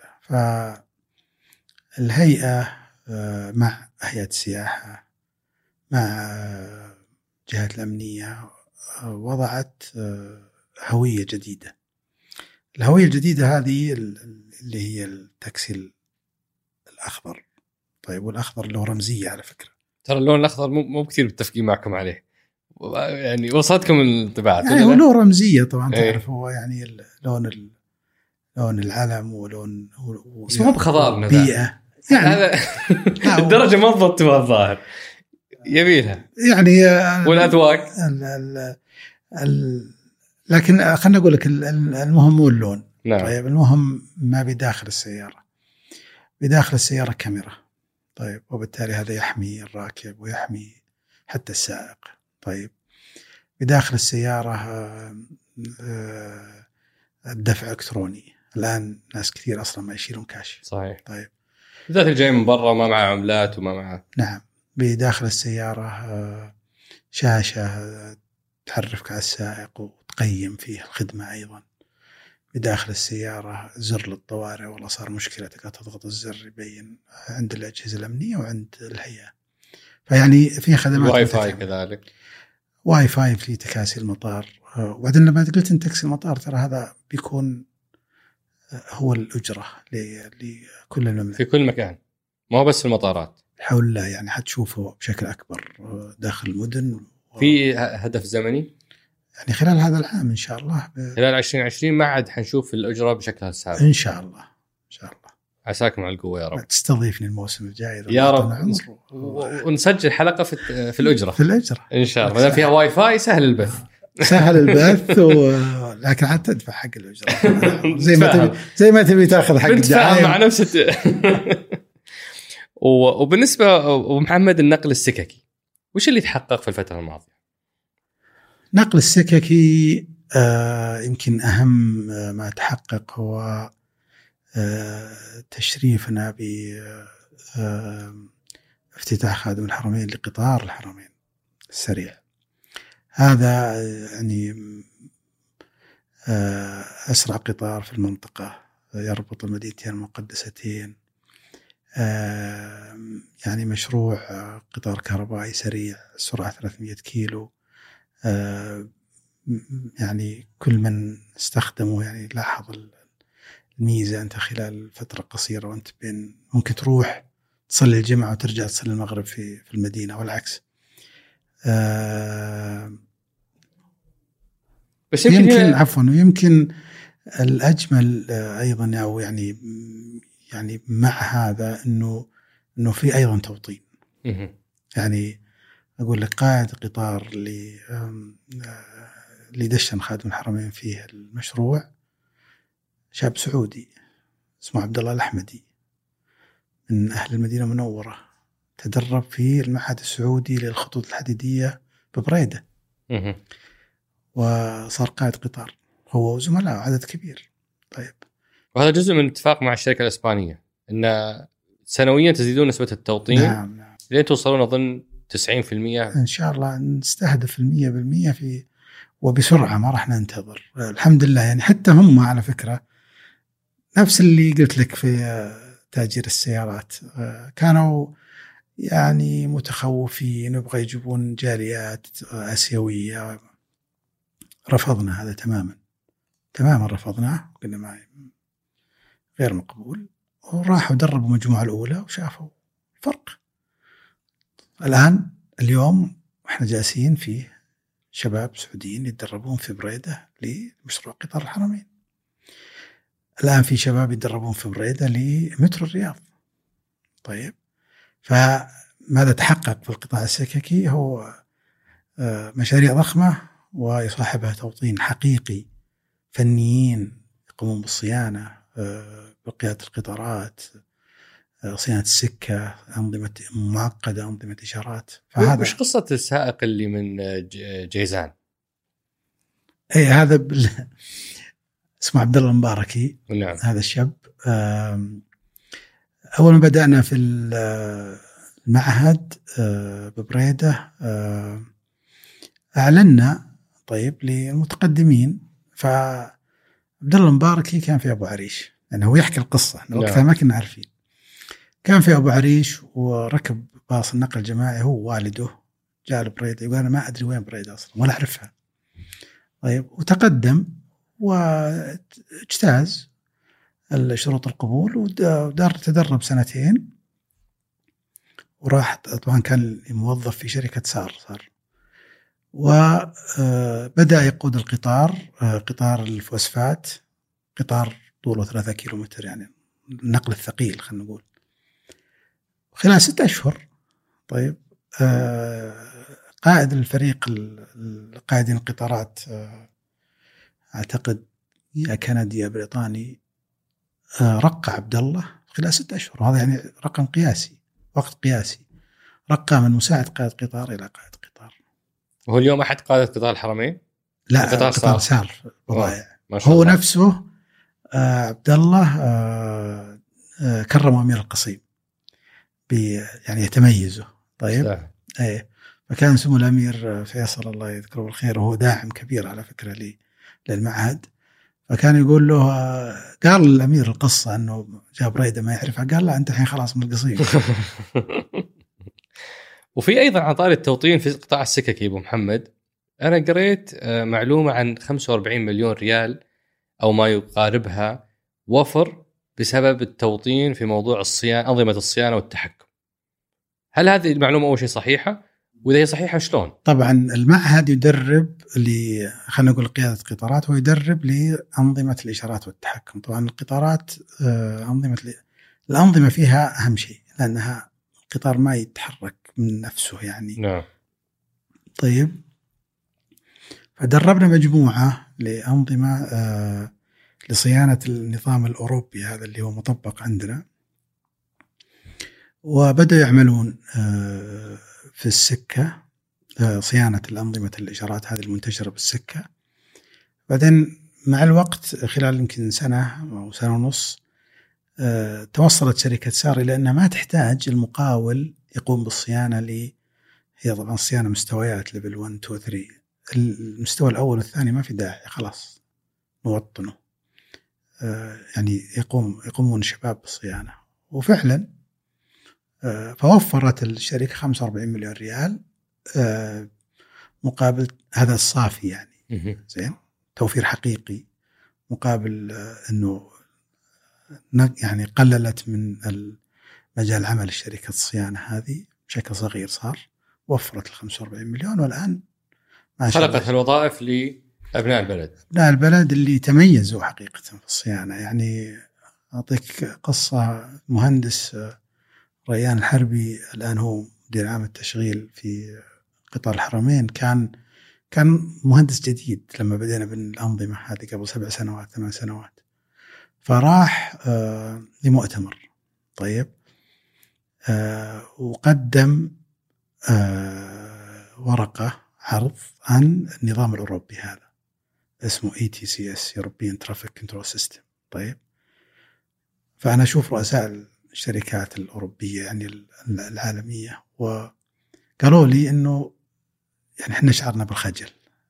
C: فالهيئة مع هيئة السياحة مع جهات الأمنية وضعت هوية جديدة. الهوية الجديدة هذه اللي هي التاكسي الأخضر. طيب والأخضر له رمزية على فكرة،
A: ترى اللون الأخضر مو كثير متفقين معكم عليه، يعني وصلتكم الانطباعات
C: يعني هو له رمزية طبعا. ايه. تعرف هو يعني لون لون العلم ولون
A: اسمه بخضار
C: بيئة يعني
A: هذا الدرجة ما ضبطتها الظاهر يبيلها
C: يعني
A: والأذواق
C: ال ال ال لكن خلنا أقول لك المهم مو اللون.
A: نعم.
C: طيب المهم ما بداخل السيارة، بداخل السيارة كاميرا. طيب وبالتالي هذا يحمي الراكب ويحمي حتى السائق. طيب بداخل السيارة الدفع إلكتروني، الآن ناس كثير أصلا ما يشيلون كاش.
A: صحيح.
C: طيب
A: بالذات اللي جاي من برا ما معه عملات وما معه.
C: نعم. بداخل السيارة شاشة تحرفك على السائق وتقيم فيه الخدمة. أيضا بداخل السيارة زر للطوارئ، والله صار مشكلة تقدر تضغط الزر يبين عند الأجهزة الأمنية وعند الهيئة. فيعني في خدمات.
A: واي فاي كذلك،
C: واي فاي في تكاسي المطار. وبعدين لما قلت ان تاكسي المطار ترى هذا بيكون هو الأجرة لكل المملكة
A: في كل مكان، ما هو بس المطارات
C: حول الله. يعني حتشوفه بشكل أكبر داخل المدن.
A: و... في هدف زمني
C: يعني خلال هذا العام إن شاء الله،
A: خلال عشرين عشرين ما عاد حنشوف الأجرة بشكلها السابق
C: إن شاء الله. إن شاء الله.
A: عساكم على القوة يا رب.
C: تستضيفني الموسم الجاي
A: يا رب، ونسجل حلقة في في الأجرة
C: في الأجرة
A: إن شاء الله. ما فيها واي فاي سهل البث
C: سهل البث و... لكن حتى تدفع حق الأجرة زي ما تبي زي ما تبي تأخذ حق الدعاية
A: مع نفسك. وبالنسبة ومحمد النقل السككي وش اللي تحقق في الفترة الماضية؟
C: نقل السككي آه يمكن أهم ما تحقق هو آه تشريفنا بافتتاح خادم الحرمين لقطار الحرمين السريع. هذا يعني أسرع قطار في المنطقة يربط المدينتين المقدستين، يعني مشروع قطار كهربائي سريع سرعة ثلاثمئة كيلو. يعني كل من استخدمه يعني لاحظ الميزة، أنت خلال فترة قصيرة وأنت بين ممكن تروح تصلي الجمعة وترجع تصلي المغرب في في المدينة والعكس. بس يمكن, يمكن عفوا ويمكن الأجمل أيضا أو يعني يعني مع هذا إنه إنه في أيضا توطين. يعني أقول لك قائد قطار اللي اللي دشن خادم الحرمين فيه المشروع شاب سعودي اسمه عبد الله الأحمدي من أهل المدينة المنورة، تدرب في المعهد السعودي للخطوط الحديدية ببريدة وصار قائد قطار هو وزملاء عدد كبير. طيب،
A: وهذا جزء من اتفاق مع الشركة الإسبانية أن سنويا تزيدون نسبة التوطين.
C: نعم نعم.
A: لين توصلون أظن تسعين بالمئة
C: إن شاء الله نستهدف المية بالمية في وبسرعة، ما راح ننتظر الحمد لله. يعني حتى هم على فكرة نفس اللي قلت لك في تأجير السيارات، كانوا يعني متخوفين ويبغى يجيبون جاليات آسيوية، رفضنا هذا تماما تماما رفضناه، قلنا ما غير مقبول، وراحوا دربوا المجموعة الأولى وشافوا الفرق. الآن اليوم احنا جالسين فيه شباب سعوديين يتدربون في بريدة لمشروع قطار الحرمين، الآن في شباب يتدربون في بريدة لمترو الرياض. طيب، فماذا تحقق في القطاع السككي؟ هو مشاريع ضخمة ويصاحبها توطين حقيقي، فنيين يقومون بالصيانة، بقيادة القطارات، صيانة السكة، أنظمة معقدة، أنظمة إشارات.
A: فهذا وش قصة السائق اللي من جيزان؟
C: أي هذا بال... اسمه عبد الله المباركي.
A: نعم.
C: هذا الشاب أول ما بدأنا في المعهد ببريدة أعلنا طيب للمتقدمين، فعبد الله المباركي كان في أبو عريش، يعني هو يحكي القصة، وقتها ما كنا عارفين. كان في أبو عريش وركب باص النقل الجماعي هو والده، جاء لبريدة يقول أنا ما أدري وين بريدة أصلا ولا أعرفها. طيب، وتقدم واجتاز الشروط القبول ودار تدرب سنتين، وراح طبعا كان موظف في شركة سار صار وبدأ يقود القطار، قطار الفوسفات، قطار طوله ثلاثة كيلومتر، يعني النقل الثقيل خلينا نقول، خلال ستة أشهر. طيب، قائد الفريق قائدين القطارات أعتقد يا كندي يا بريطاني رقى عبد الله خلال ستة أشهر، وهذا يعني رقم قياسي، وقت قياسي، رقى من مساعد قائد قطار إلى قائد قطار.
A: وهو اليوم أحد قادة قطار الحرمين؟
C: لا، قطار, قطار سار بضائع. هو الله. نفسه آه عبد الله آه آه كرم أمير القصيم يعني يتميزه. طيب، أي فكان سمو الأمير فيصل الله يذكره بالخير، وهو داعم كبير على فكرة للمعهد، فكان يقول له قال الأمير القصة أنه جاب بريدة ما يعرفها، قال لا أنت الحين خلاص من القصيم.
A: وفي أيضا عن طاري التوطين في قطاع السككي أبو محمد، أنا قريت معلومة عن خمسة وأربعين مليون ريال أو ما يقاربها وفر بسبب التوطين في موضوع الصيانة، أنظمة الصيانة والتحكم. هل هذه المعلومة أول شيء صحيحة؟ وإذا هي صحيحة شلون؟
C: طبعا المعهد يدرب اللي خلينا نقول قيادة قطارات، ويدرب لأنظمة الإشارات والتحكم. طبعا القطارات أنظمة الأنظمة فيها أهم شيء، لأنها القطار ما يتحرك من نفسه يعني.
A: نعم.
C: طيب، فدربنا مجموعة لأنظمة آه لصيانة النظام الأوروبي هذا اللي هو مطبق عندنا، وبدأوا يعملون آه في السكة آه صيانة الأنظمة الإشارات هذه المنتشرة بالسكة. بعدين مع الوقت خلال يمكن سنة أو سنة ونص آه توصلت شركة سار إلى أنها ما تحتاج المقاول يقوم بالصيانة، لي هي طبعا الصيانة مستويات ليفل واحد اثنين ثلاثة، المستوى الأول والثاني ما في داعي، خلاص نوطنه. يعني يقوم يقومون الشباب بالصيانة، وفعلا فوفرت الشركة خمسة وأربعين مليون ريال مقابل هذا الصافي، يعني زين توفير حقيقي مقابل أنه يعني قللت من مجال عمل الشركة الصيانة هذه بشكل صغير، صار وفرت ال خمسة وأربعين مليون، والآن
A: خلقت الوظائف لأبناء البلد
C: أبناء البلد اللي تميزوا حقيقة في الصيانة. يعني أعطيك قصة، مهندس ريان الحربي الآن هو مدير عام التشغيل في قطار الحرمين، كان كان مهندس جديد لما بدينا بالأنظمة هذه قبل سبع سنوات ثمان سنوات، فراح آه لمؤتمر. طيب آه وقدم آه ورقة عرض عن النظام الأوروبي هذا اسمه إي تي سي إس European Traffic Control System. طيب فأنا أشوف رؤساء الشركات الأوروبية يعني العالمية وقالوا لي إنه يعني إحنا شعرنا بالخجل،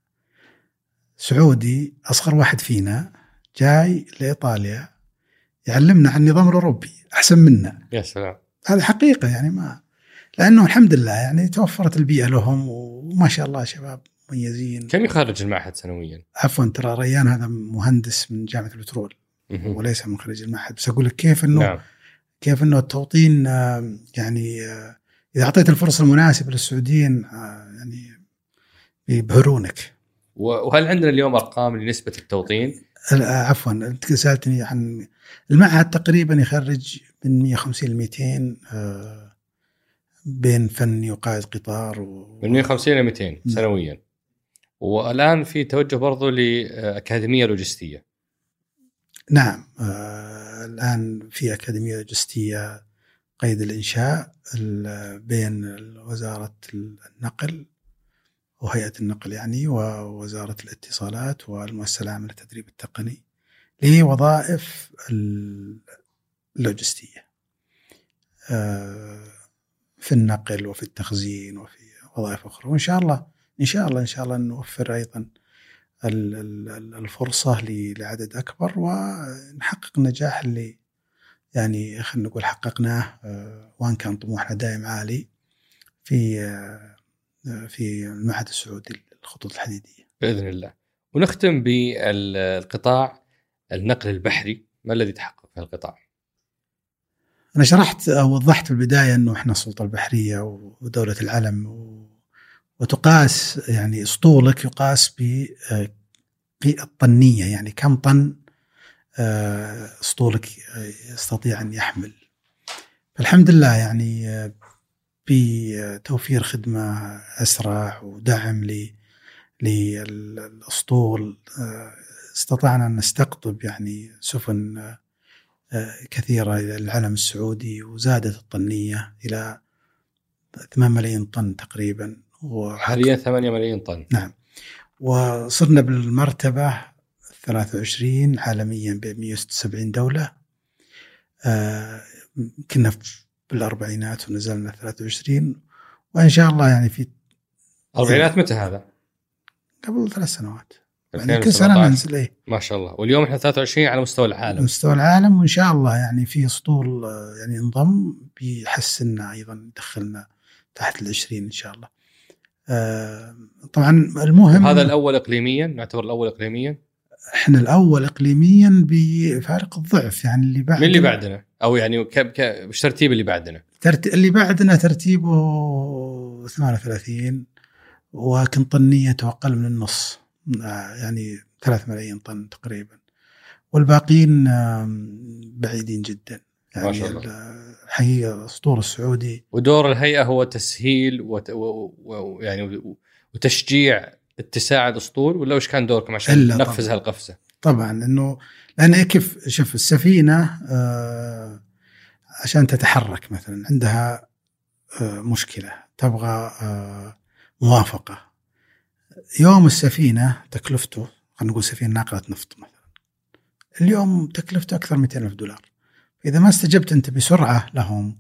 C: سعودي أصغر واحد فينا جاي لإيطاليا يعلمنا عن النظام الأوروبي أحسن منا.
A: يا سلام،
C: هذه حقيقة يعني، ما لأنه الحمد لله يعني توفرت البيئة لهم، وما شاء الله شباب مميزين.
A: كم يخرج المعهد سنويا؟
C: عفوا ترى ريان هذا مهندس من جامعة البترول وليس من خريج المعهد، بس أقول لك كيف إنه نعم. كيف إنه التوطين يعني إذا أعطيت الفرصة المناسبة للسعوديين يعني يبهرونك.
A: وهل عندنا اليوم أرقام لنسبة التوطين؟
C: عفوا أنت سألتني عن المعهد، تقريبا يخرج من مئة وخمسين ل مئتين بين فني وقائد قطار و...
A: من مئة وخمسين ل مئتين سنويا. والآن في توجه برضو لأكاديمية لوجستية.
C: نعم آه الآن في أكاديمية لوجستية قيد الإنشاء بين وزارة النقل وهيئة النقل يعني ووزارة الاتصالات والمؤسسة العامة للتدريب التقني لوظائف اللوجستية في النقل وفي التخزين وفي وظائف أخرى. وإن شاء الله إن شاء الله إن شاء الله نوفر أيضا الفرصة لعدد أكبر ونحقق النجاح اللي يعني خلينا نقول حققناه، وان كان طموحنا دائم عالي في في المعهد السعودي للخطوط الحديدية
A: بإذن الله. ونختم بالقطاع النقل البحري، ما الذي تحقق في القطاع؟
C: أنا شرحت أو وضحت في البداية أنه إحنا السلطة البحرية ودولة العلم، وتقاس يعني أسطولك يقاس بالطنية، يعني كم طن أسطولك يستطيع أن يحمل. فالحمد لله يعني بتوفير خدمة أسرع ودعم للأسطول استطعنا أن نستقطب يعني سفن كثيرة إلى العلم السعودي، وزادت الطنية إلى ثمانية ملايين طن تقريبا،
A: حاليا ثمانية ملايين طن.
C: نعم، وصرنا بالمرتبة ثلاثة وعشرين عالميا ب مئة وستة وسبعين دولة. آه كنا بالأربعينات ونزلنا ثلاثة وعشرين، وإن شاء الله يعني في
A: أربعينات. متى هذا؟
C: قبل ثلاث سنوات يعني كل سنة ننزل. إيه
A: ما شاء الله. واليوم إحنا ثلاثة وعشرين على مستوى العالم.
C: مستوى العالم، وإن شاء الله يعني في أسطول يعني انضم بيحسننا أيضا، دخلنا تحت العشرين إن شاء الله. آه طبعا المهم
A: هذا الأول إقليميا، نعتبر الأول إقليميا.
C: إحنا الأول إقليميا بفارق الضعف، يعني اللي بعدنا.
A: من اللي بعدنا أو يعني كب ك مش ترتيب اللي بعدنا؟
C: ترت... اللي بعدنا ترتيبه ثمانية وثلاثين، وكن طنيته أقل من النص يعني ثلاثة ملايين طن تقريبا، والباقين بعيدين جدا يعني. ما شاء الله. الحقيقة أسطول السعودي.
A: ودور الهيئة هو تسهيل وت... و... و... يعني وتشجيع اتساع الأسطول، ولا وش كان دوركم عشان نقفز هالقفزة؟
C: طبعا إنه لأن كيف شوف السفينة آه عشان تتحرك مثلا عندها آه مشكلة، تبغى آه موافقة. يوم السفينة تكلفته، خلينا نقول سفينة ناقلة نفط مثلا، اليوم تكلفته أكثر من مئتين ألف دولار. إذا ما استجبت أنت بسرعة لهم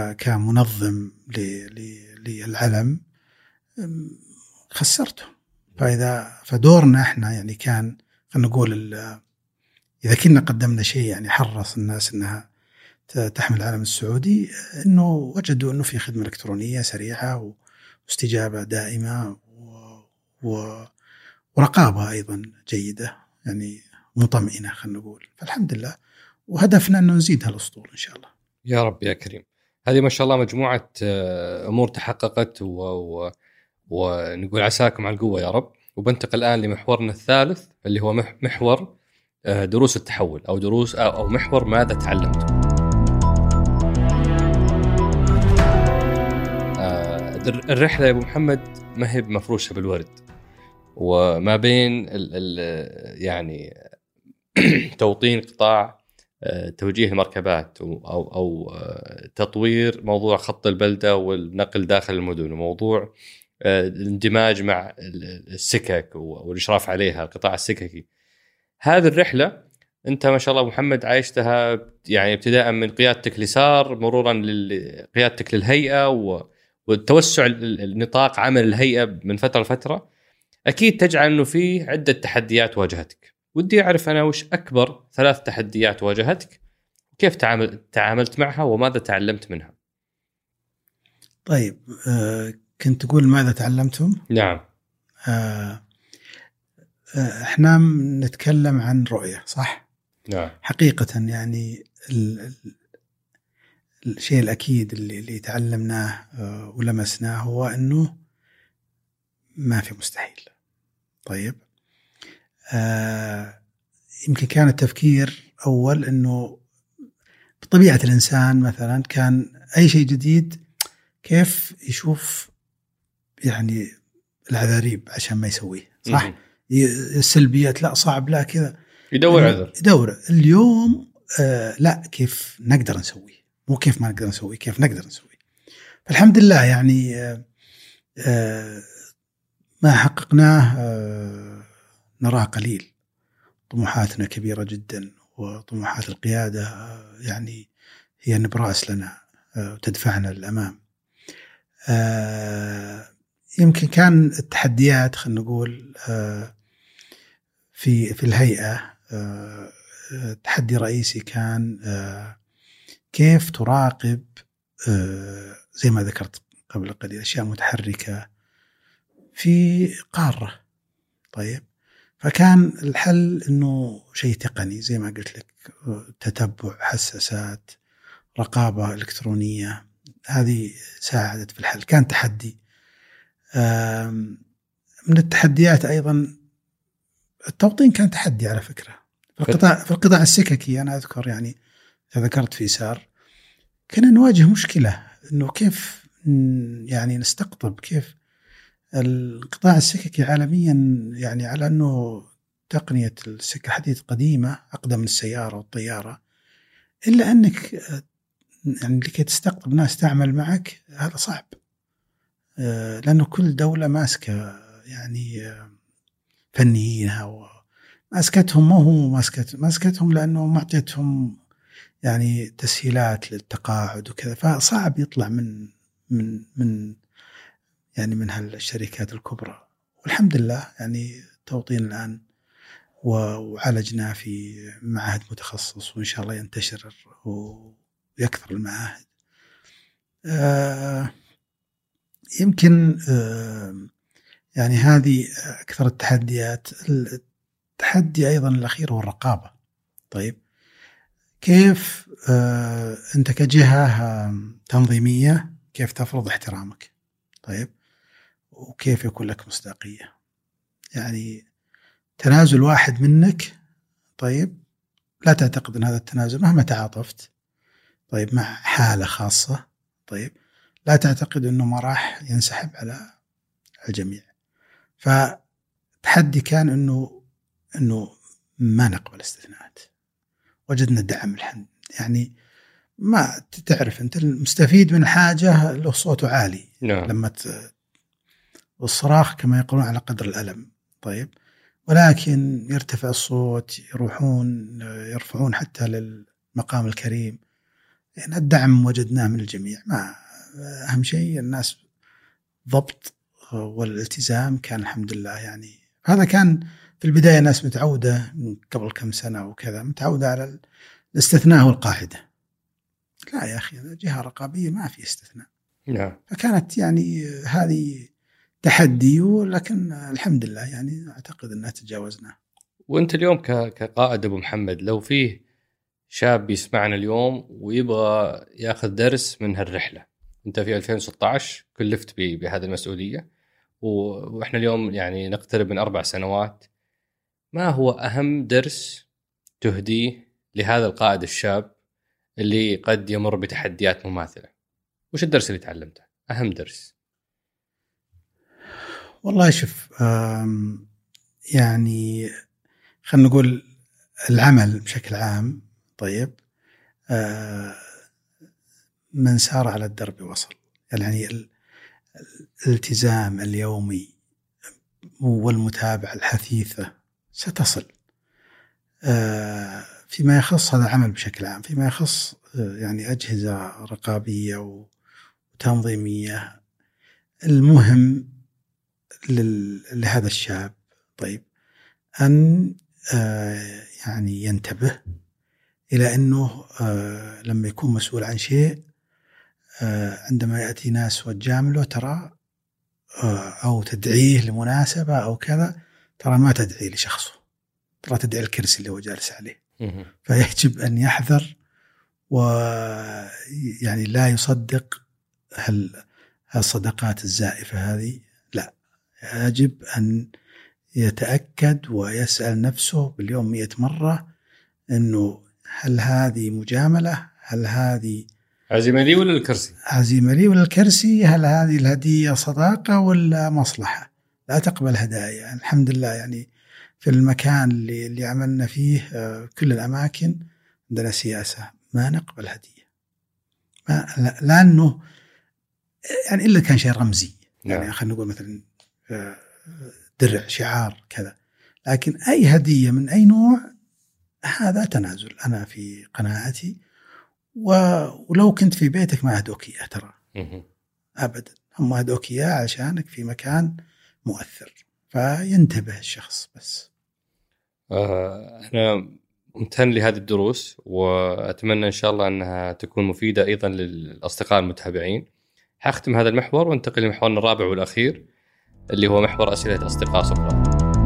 C: وكمنظم للعلم خسرته. فإذا فدورنا إحنا يعني كان خلينا نقول إذا كنا قدمنا شيء يعني حرص الناس أنها تحمل العلم السعودي، إنه وجدوا إنه في خدمة إلكترونية سريعة واستجابة دائمة و... ورقابة أيضا جيدة يعني مطمئنة خلينا نقول. فالحمد لله، وهدفنا أنه نزيد هالأسطول إن شاء الله.
A: يا رب يا كريم. هذه ما شاء الله مجموعة أمور تحققت و... و... ونقول عساكم على القوة يا رب. وبنتقل الآن لمحورنا الثالث اللي هو محور دروس التحول أو دروس أو محور ماذا تعلمتم. الرحلة يا أبو محمد ما هي مفروشة بالورد، وما بين ال ال يعني توطين قطاع توجيه المركبات أو, أو تطوير موضوع خط البلدة والنقل داخل المدن، وموضوع الاندماج مع السكك والإشراف عليها القطاع السككي. هذه الرحلة أنت ما شاء الله أبو محمد عايشتها يعني ابتداء من قيادتك لسار مرورا لقيادتك للهيئة والتوسع النطاق عمل الهيئة من فترة لفترة. أكيد تجعل أنه فيه عدة تحديات واجهتك. ودي أعرف أنا وش أكبر ثلاث تحديات واجهتك، كيف تعامل تعاملت معها وماذا تعلمت منها؟
C: طيب آه كنت تقول ماذا تعلمتم؟
A: نعم.
C: آه آه احنا نتكلم عن رؤية صح؟
A: نعم.
C: حقيقة يعني ال ال الشيء الأكيد اللي, اللي تعلمناه آه ولمسناه هو أنه ما في مستحيل. طيب آه يمكن كان التفكير أول أنه بطبيعة الإنسان مثلا كان أي شيء جديد كيف يشوف يعني العذاريب عشان ما يسويه صح؟ السلبيات لا صعب لا كذا
A: يدور عذر
C: يدور. اليوم آه لا كيف نقدر نسويه، مو كيف ما نقدر نسويه، كيف نقدر نسويه. فالحمد لله يعني آه آه ما حققناه آه نراه قليل. طموحاتنا كبيرة جدا، وطموحات القيادة آه يعني هي نبراس لنا آه وتدفعنا للأمام. آه يمكن كان التحديات خلينا نقول آه في في الهيئة آه تحدي رئيسي كان آه كيف تراقب آه زي ما ذكرت قبل قليل أشياء متحركة في قارة. طيب فكان الحل إنه شيء تقني زي ما قلت لك، تتبع، حساسات، رقابة إلكترونية، هذه ساعدت في الحل. كان تحدي. من التحديات أيضا التوطين كان تحدي على فكرة في القطاع في القطاع السككي. أنا أذكر يعني ذكرت في سار كنا نواجه مشكلة إنه كيف يعني نستقطب، كيف القطاع السككي عالميا يعني على أنه تقنية السكة الحديد قديمة أقدم من السيارة والطيارة، إلا أنك يعني لكي تستقطب ناس تعمل معك هذا صعب، لأنه كل دولة ماسكة يعني فنيينها وماسكتهم، ما هو ماسكت ماسكتهم لأنه معطيتهم يعني تسهيلات للتقاعد وكذا، فصعب يطلع من من من يعني من هالشركات الكبرى. والحمد لله يعني توطين الآن وعالجنا في معهد متخصص، وإن شاء الله ينتشر ويكثر المعاهد. آه يمكن آه يعني هذه أكثر التحديات. التحدي أيضا الأخير هو الرقابة. طيب كيف آه أنت كجهة تنظيمية كيف تفرض احترامك؟ طيب وكيف يكون لك مصداقية؟ يعني تنازل واحد منك طيب لا تعتقد أن هذا التنازل مهما تعاطفت طيب مع حالة خاصة طيب لا تعتقد أنه ما راح ينسحب على الجميع. فتحدي كان أنه أنه ما نقبل استثناءات. وجدنا الدعم الحمد يعني ما تعرف أنت المستفيد من حاجة له صوته عالي
A: نعم.
C: لما ت... والصراخ كما يقولون على قدر الألم. طيب ولكن يرتفع الصوت، يروحون يرفعون حتى للمقام الكريم. يعني الدعم وجدناه من الجميع. ما أهم شيء الناس ضبط والالتزام كان الحمد لله. يعني هذا كان في البداية الناس متعودة من قبل كم سنة وكذا متعودة على الاستثناء والقاعدة. لا يا أخي، جهة رقابية ما في استثناء.
A: نعم.
C: فكانت يعني هذه تحدي، ولكن الحمد لله يعني أعتقد أنها تجاوزنا.
A: وأنت اليوم كقائد أبو محمد، لو فيه شاب يسمعنا اليوم ويبغى ياخذ درس من هالرحلة، أنت في ألفين وستة عشر كلفت بهذه المسؤولية، وإحنا اليوم يعني نقترب من أربع سنوات، ما هو أهم درس تهديه لهذا القائد الشاب اللي قد يمر بتحديات مماثلة؟ وش الدرس اللي تعلمته؟ أهم درس.
C: والله شوف، يعني خلنا نقول العمل بشكل عام. طيب، من سار على الدرب وصل. يعني الالتزام اليومي والمتابعة الحثيثة ستصل. فيما يخص هذا العمل بشكل عام، فيما يخص يعني أجهزة رقابية وتنظيمية، المهم لهذا الشاب طيب أن يعني ينتبه إلى أنه لما يكون مسؤول عن شيء، عندما يأتي ناس وتجامله ترى أو تدعيه لمناسبة أو كذا، ترى ما تدعي لشخصه، ترى تدعي الكرسي اللي هو جالس عليه. فيجب أن يحذر ويعني لا يصدق هالصدقات الزائفة هذه. لا، يجب أن يتأكد ويسأل نفسه باليوم مئة مرة أنه هل هذه مجاملة، هل هذه
A: عزيمة لي ولا الكرسي،
C: عزيمة لي ولا الكرسي، هل هذه الهدية صداقة ولا مصلحة. لا تقبل هدايا. الحمد لله يعني في المكان اللي, اللي عملنا فيه، كل الأماكن عندنا سياسة ما نقبل هدية، ما لأنه يعني إلا كان شيء رمزي. يعني
A: نعم.
C: خلينا نقول مثلا درع، شعار كذا، لكن أي هدية من أي نوع هذا تنازل. أنا في قناعتي، ولو كنت في بيتك ما هدوك إياه ترى أبدا، هم هدوك إياه عشانك في مكان مؤثر. فينتبه الشخص بس.
A: آه أنا ممتن لهذه الدروس، وأتمنى إن شاء الله أنها تكون مفيدة أيضا للأصدقاء المتابعين. حختم هذا المحور وانتقل لمحورنا الرابع والأخير اللي هو محور أسئلة أصدقاء سقراط.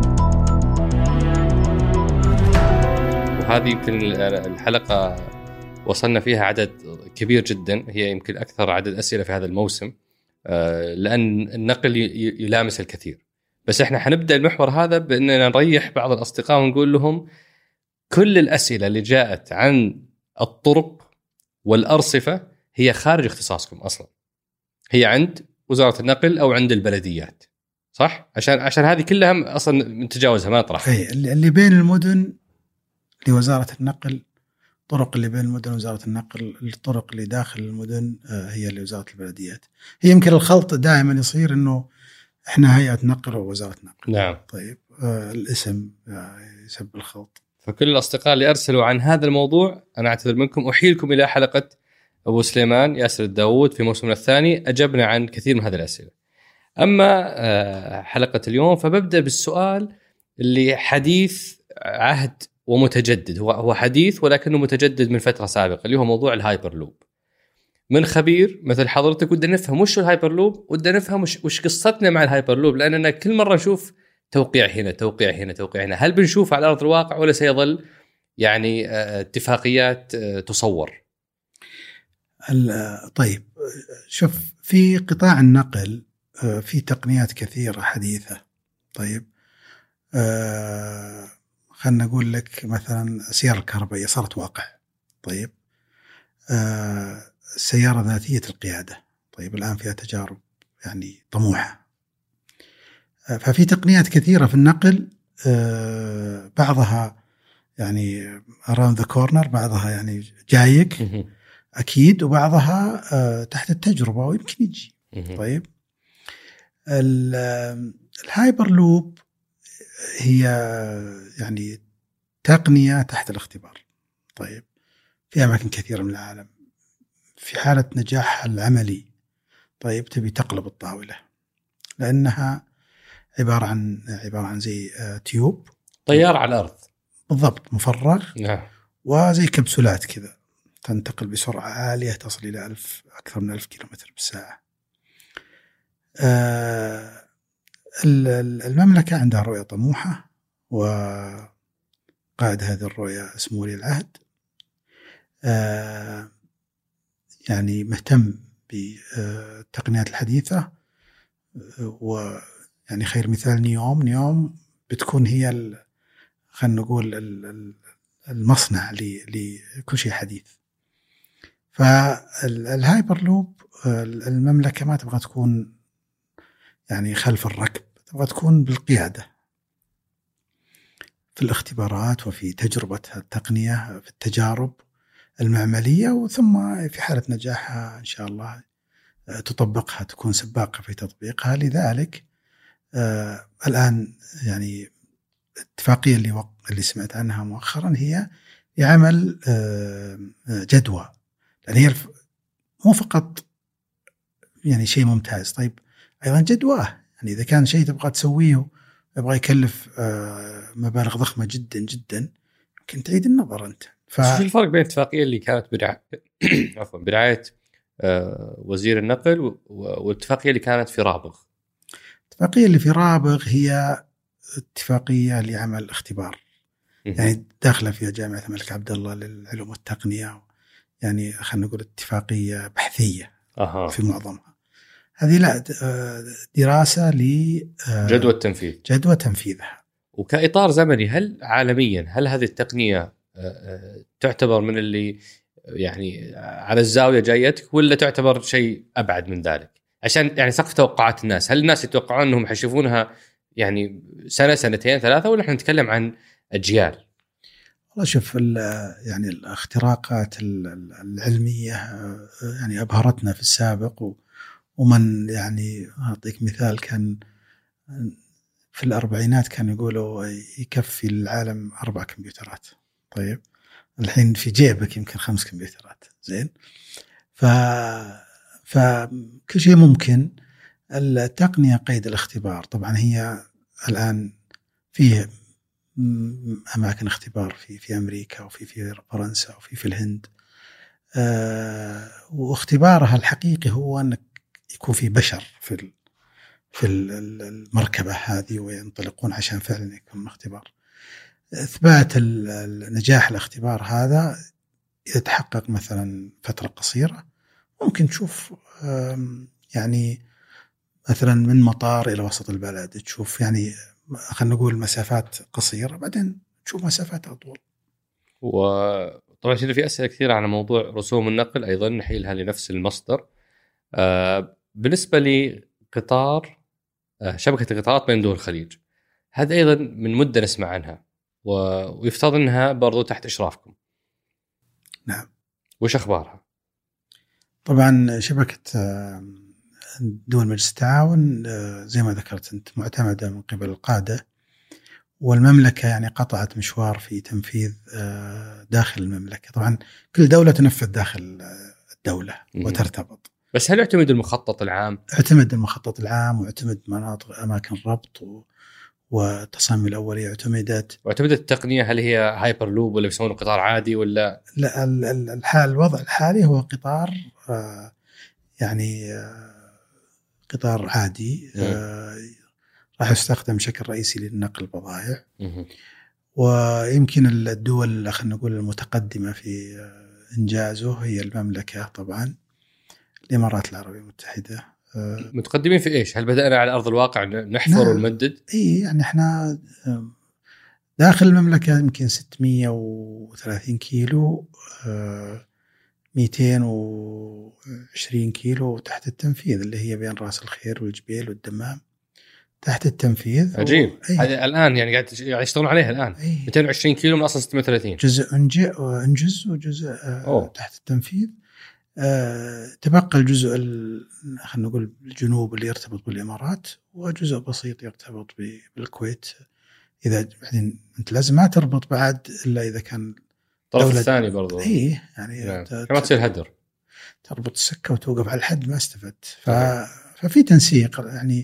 A: وهذه يمكن الحلقة وصلنا فيها عدد كبير جدا، هي يمكن أكثر عدد أسئلة في هذا الموسم، لأن النقل يلامس الكثير. بس إحنا حنبدأ المحور هذا بأننا نريح بعض الأصدقاء ونقول لهم كل الأسئلة اللي جاءت عن الطرق والأرصفة هي خارج اختصاصكم أصلا، هي عند وزارة النقل أو عند البلديات، صح؟ عشان عشان هذه كلها أصلا نتجاوزها ما نطرح.
C: أي اللي بين المدن لوزارة النقل، طرق اللي بين المدن وزارة النقل، الطرق اللي داخل المدن هي لوزارة البلديات. هي يمكن الخلط دائما يصير إنه إحنا هيئة نقل ووزارة نقل.
A: نعم.
C: طيب آه الاسم آه يسبب الخلط.
A: فكل الأصدقاء اللي أرسلوا عن هذا الموضوع أنا أعتذر منكم، أحيلكم إلى حلقة أبو سليمان ياسر الداود في موسمنا الثاني، أجبنا عن كثير من هذه الأسئلة. أما آه حلقة اليوم فببدأ بالسؤال اللي حديث عهد ومتجدد، هو هو حديث ولكنه متجدد من فترة سابقة، اللي هو موضوع الهايبر لوب. من خبير مثل حضرتك ودنا نفهم وش الهايبر لوب، ودنا نفهم وش, وش قصتنا مع الهايبر لوب، لأننا كل مرة نشوف توقيع هنا توقيع هنا توقيع هنا. هل بنشوف على أرض الواقع ولا سيظل يعني اتفاقيات تصور؟
C: طيب شوف، في قطاع النقل في تقنيات كثيرة حديثة. طيب خلنا نقول لك مثلا السيارة الكهربائية صارت واقع. طيب السيارة ذاتية القيادة، طيب الآن فيها تجارب يعني طموحة. ففي تقنيات كثيرة في النقل، بعضها يعني around the corner، بعضها يعني جايك أكيد، وبعضها تحت التجربة ويمكن يجي. طيب الهايبر لوب هي يعني تقنية تحت الاختبار. طيب في أماكن كثيرة من العالم، في حالة نجاح العملي طيب تبي تقلب الطاولة. لأنها عبارة عن عبارة عن زي تيوب
A: طيار على الأرض
C: بالضبط مفرغ.
A: نعم.
C: وزي كبسولات كذا تنتقل بسرعة عالية تصل إلى ألف أكثر من ألف كيلومتر بالساعة. آه المملكة عندها رؤية طموحة، وقائد هذه الرؤية اسمه ولي العهد آه يعني مهتم بالتقنيات الحديثة، ويعني خير مثال نيوم نيوم بتكون هي خلينا نقول المصنع لكل شيء حديث. فالهايبر لوب المملكة ما تبغى تكون يعني خلف الركب، تبغى تكون بالقيادة في الاختبارات وفي تجربة التقنية في التجارب المعملية، وثم في حالة نجاحها إن شاء الله تطبقها، تكون سباقة في تطبيقها. لذلك آه الآن يعني الاتفاقية اللي وق... اللي سمعت عنها مؤخرا هي لعمل آه جدوى، لأن هي الف... مو فقط يعني شيء ممتاز، طيب أيضا جدواه. يعني إذا كان شيء تبغى تسويه يبغى يكلف آه مبالغ ضخمة جدا جدا، يمكن تعيد النظر أنت.
A: ف... شو الفرق بين الاتفاقية اللي كانت برعاية عفوا برعاية آه وزير النقل والاتفاقية اللي كانت في رابغ؟
C: الاتفاقية اللي في رابغ هي اتفاقية لعمل اختبار، يعني داخلة فيها جامعة الملك عبد الله للعلوم والتقنية، يعني خلينا نقول اتفاقية بحثية
A: أه.
C: في معظمها. هذه لا دراسة
A: لجدوى التنفيذ
C: جدوى تنفيذها.
A: وكإطار زمني، هل عالميا هل هذه التقنية تعتبر من اللي يعني على الزاوية جايتك، ولا تعتبر شيء أبعد من ذلك؟ عشان يعني سقف توقعات الناس، هل الناس يتوقعون أنهم حيشوفونها يعني سنة سنتين ثلاثة، ولا احنا نتكلم عن أجيال؟
C: والله شوف يعني الاختراقات العلمية يعني أبهرتنا في السابق، ومن يعني أعطيك مثال كان في الأربعينات كان يقولوا يكفي العالم أربع كمبيوترات، طيب الحين في جيبك يمكن خمس كمبيوترات. زين، ف فكل شيء ممكن. التقنية قيد الاختبار، طبعا هي الآن فيه أماكن اختبار في في أمريكا وفي في فرنسا وفي في الهند، أه واختبارها الحقيقي هو أنك يكون في بشر في في المركبة هذه وينطلقون عشان فعلا يكون اختبار. إثبات النجاح الاختبار هذا يتحقق مثلا فترة قصيرة، ممكن تشوف يعني مثلا من مطار إلى وسط البلد، تشوف يعني خلينا نقول مسافات قصيرة، بعدين تشوف مسافات أطول.
A: وطبعا في أسئلة كثيرة على موضوع رسوم النقل، أيضا نحيلها لنفس المصدر. بالنسبة لقطار شبكة القطارات بين دول الخليج، هذا أيضا من مدة نسمع عنها، ويفترض أنها برضو تحت إشرافكم.
C: نعم.
A: وش أخبارها؟
C: طبعا شبكة دول مجلس التعاون زي ما ذكرت أنت معتمدة من قبل القادة، والمملكة يعني قطعت مشوار في تنفيذ داخل المملكة. طبعا كل دولة تنفذ داخل الدولة وترتبط،
A: بس هل يعتمد المخطط العام؟
C: اعتمد المخطط العام، واعتمد مناطق أماكن ربط و... والتصاميم الأولية اعتمدت.
A: واعتمدت التقنية، هل هي هايبر لوب ولا بيسمونه قطار عادي ولا؟
C: لا، الحال الوضع الحالي هو قطار آه يعني آه قطار عادي، آه راح يستخدم بشكل رئيسي للنقل البضائع. ويمكن الدول خلينا نقول المتقدمة في إنجازه هي المملكة، طبعا الإمارات العربية المتحدة.
A: متقدمين في إيش؟ هل بدأنا على أرض الواقع نحفر ونمدد؟
C: إيه يعني إحنا داخل المملكة يمكن ستمية وثلاثين كيلو، مئتين وعشرين كيلو تحت التنفيذ، اللي هي بين رأس الخير والجبيل والدمام تحت التنفيذ.
A: عجيب. و... هذا الآن يعني قاعد يشتغلون عليها الآن.
C: أيه.
A: مئتين وعشرين كيلو من أصل ستمية وثلاثين.
C: جزء انجز وجزء آه تحت التنفيذ. آه تبقى الجزء خلينا نقول الجنوب اللي يرتبط بالإمارات، وجزء بسيط يرتبط بالكويت. إذا بعدين أنت لازم ما تربط بعد إلا إذا كان
A: الطرف الثاني برضو.
C: إيه يعني
A: نعم. كما تصير هدر،
C: تربط السكة وتوقف على الحد ما استفدت. ف... ففي تنسيق يعني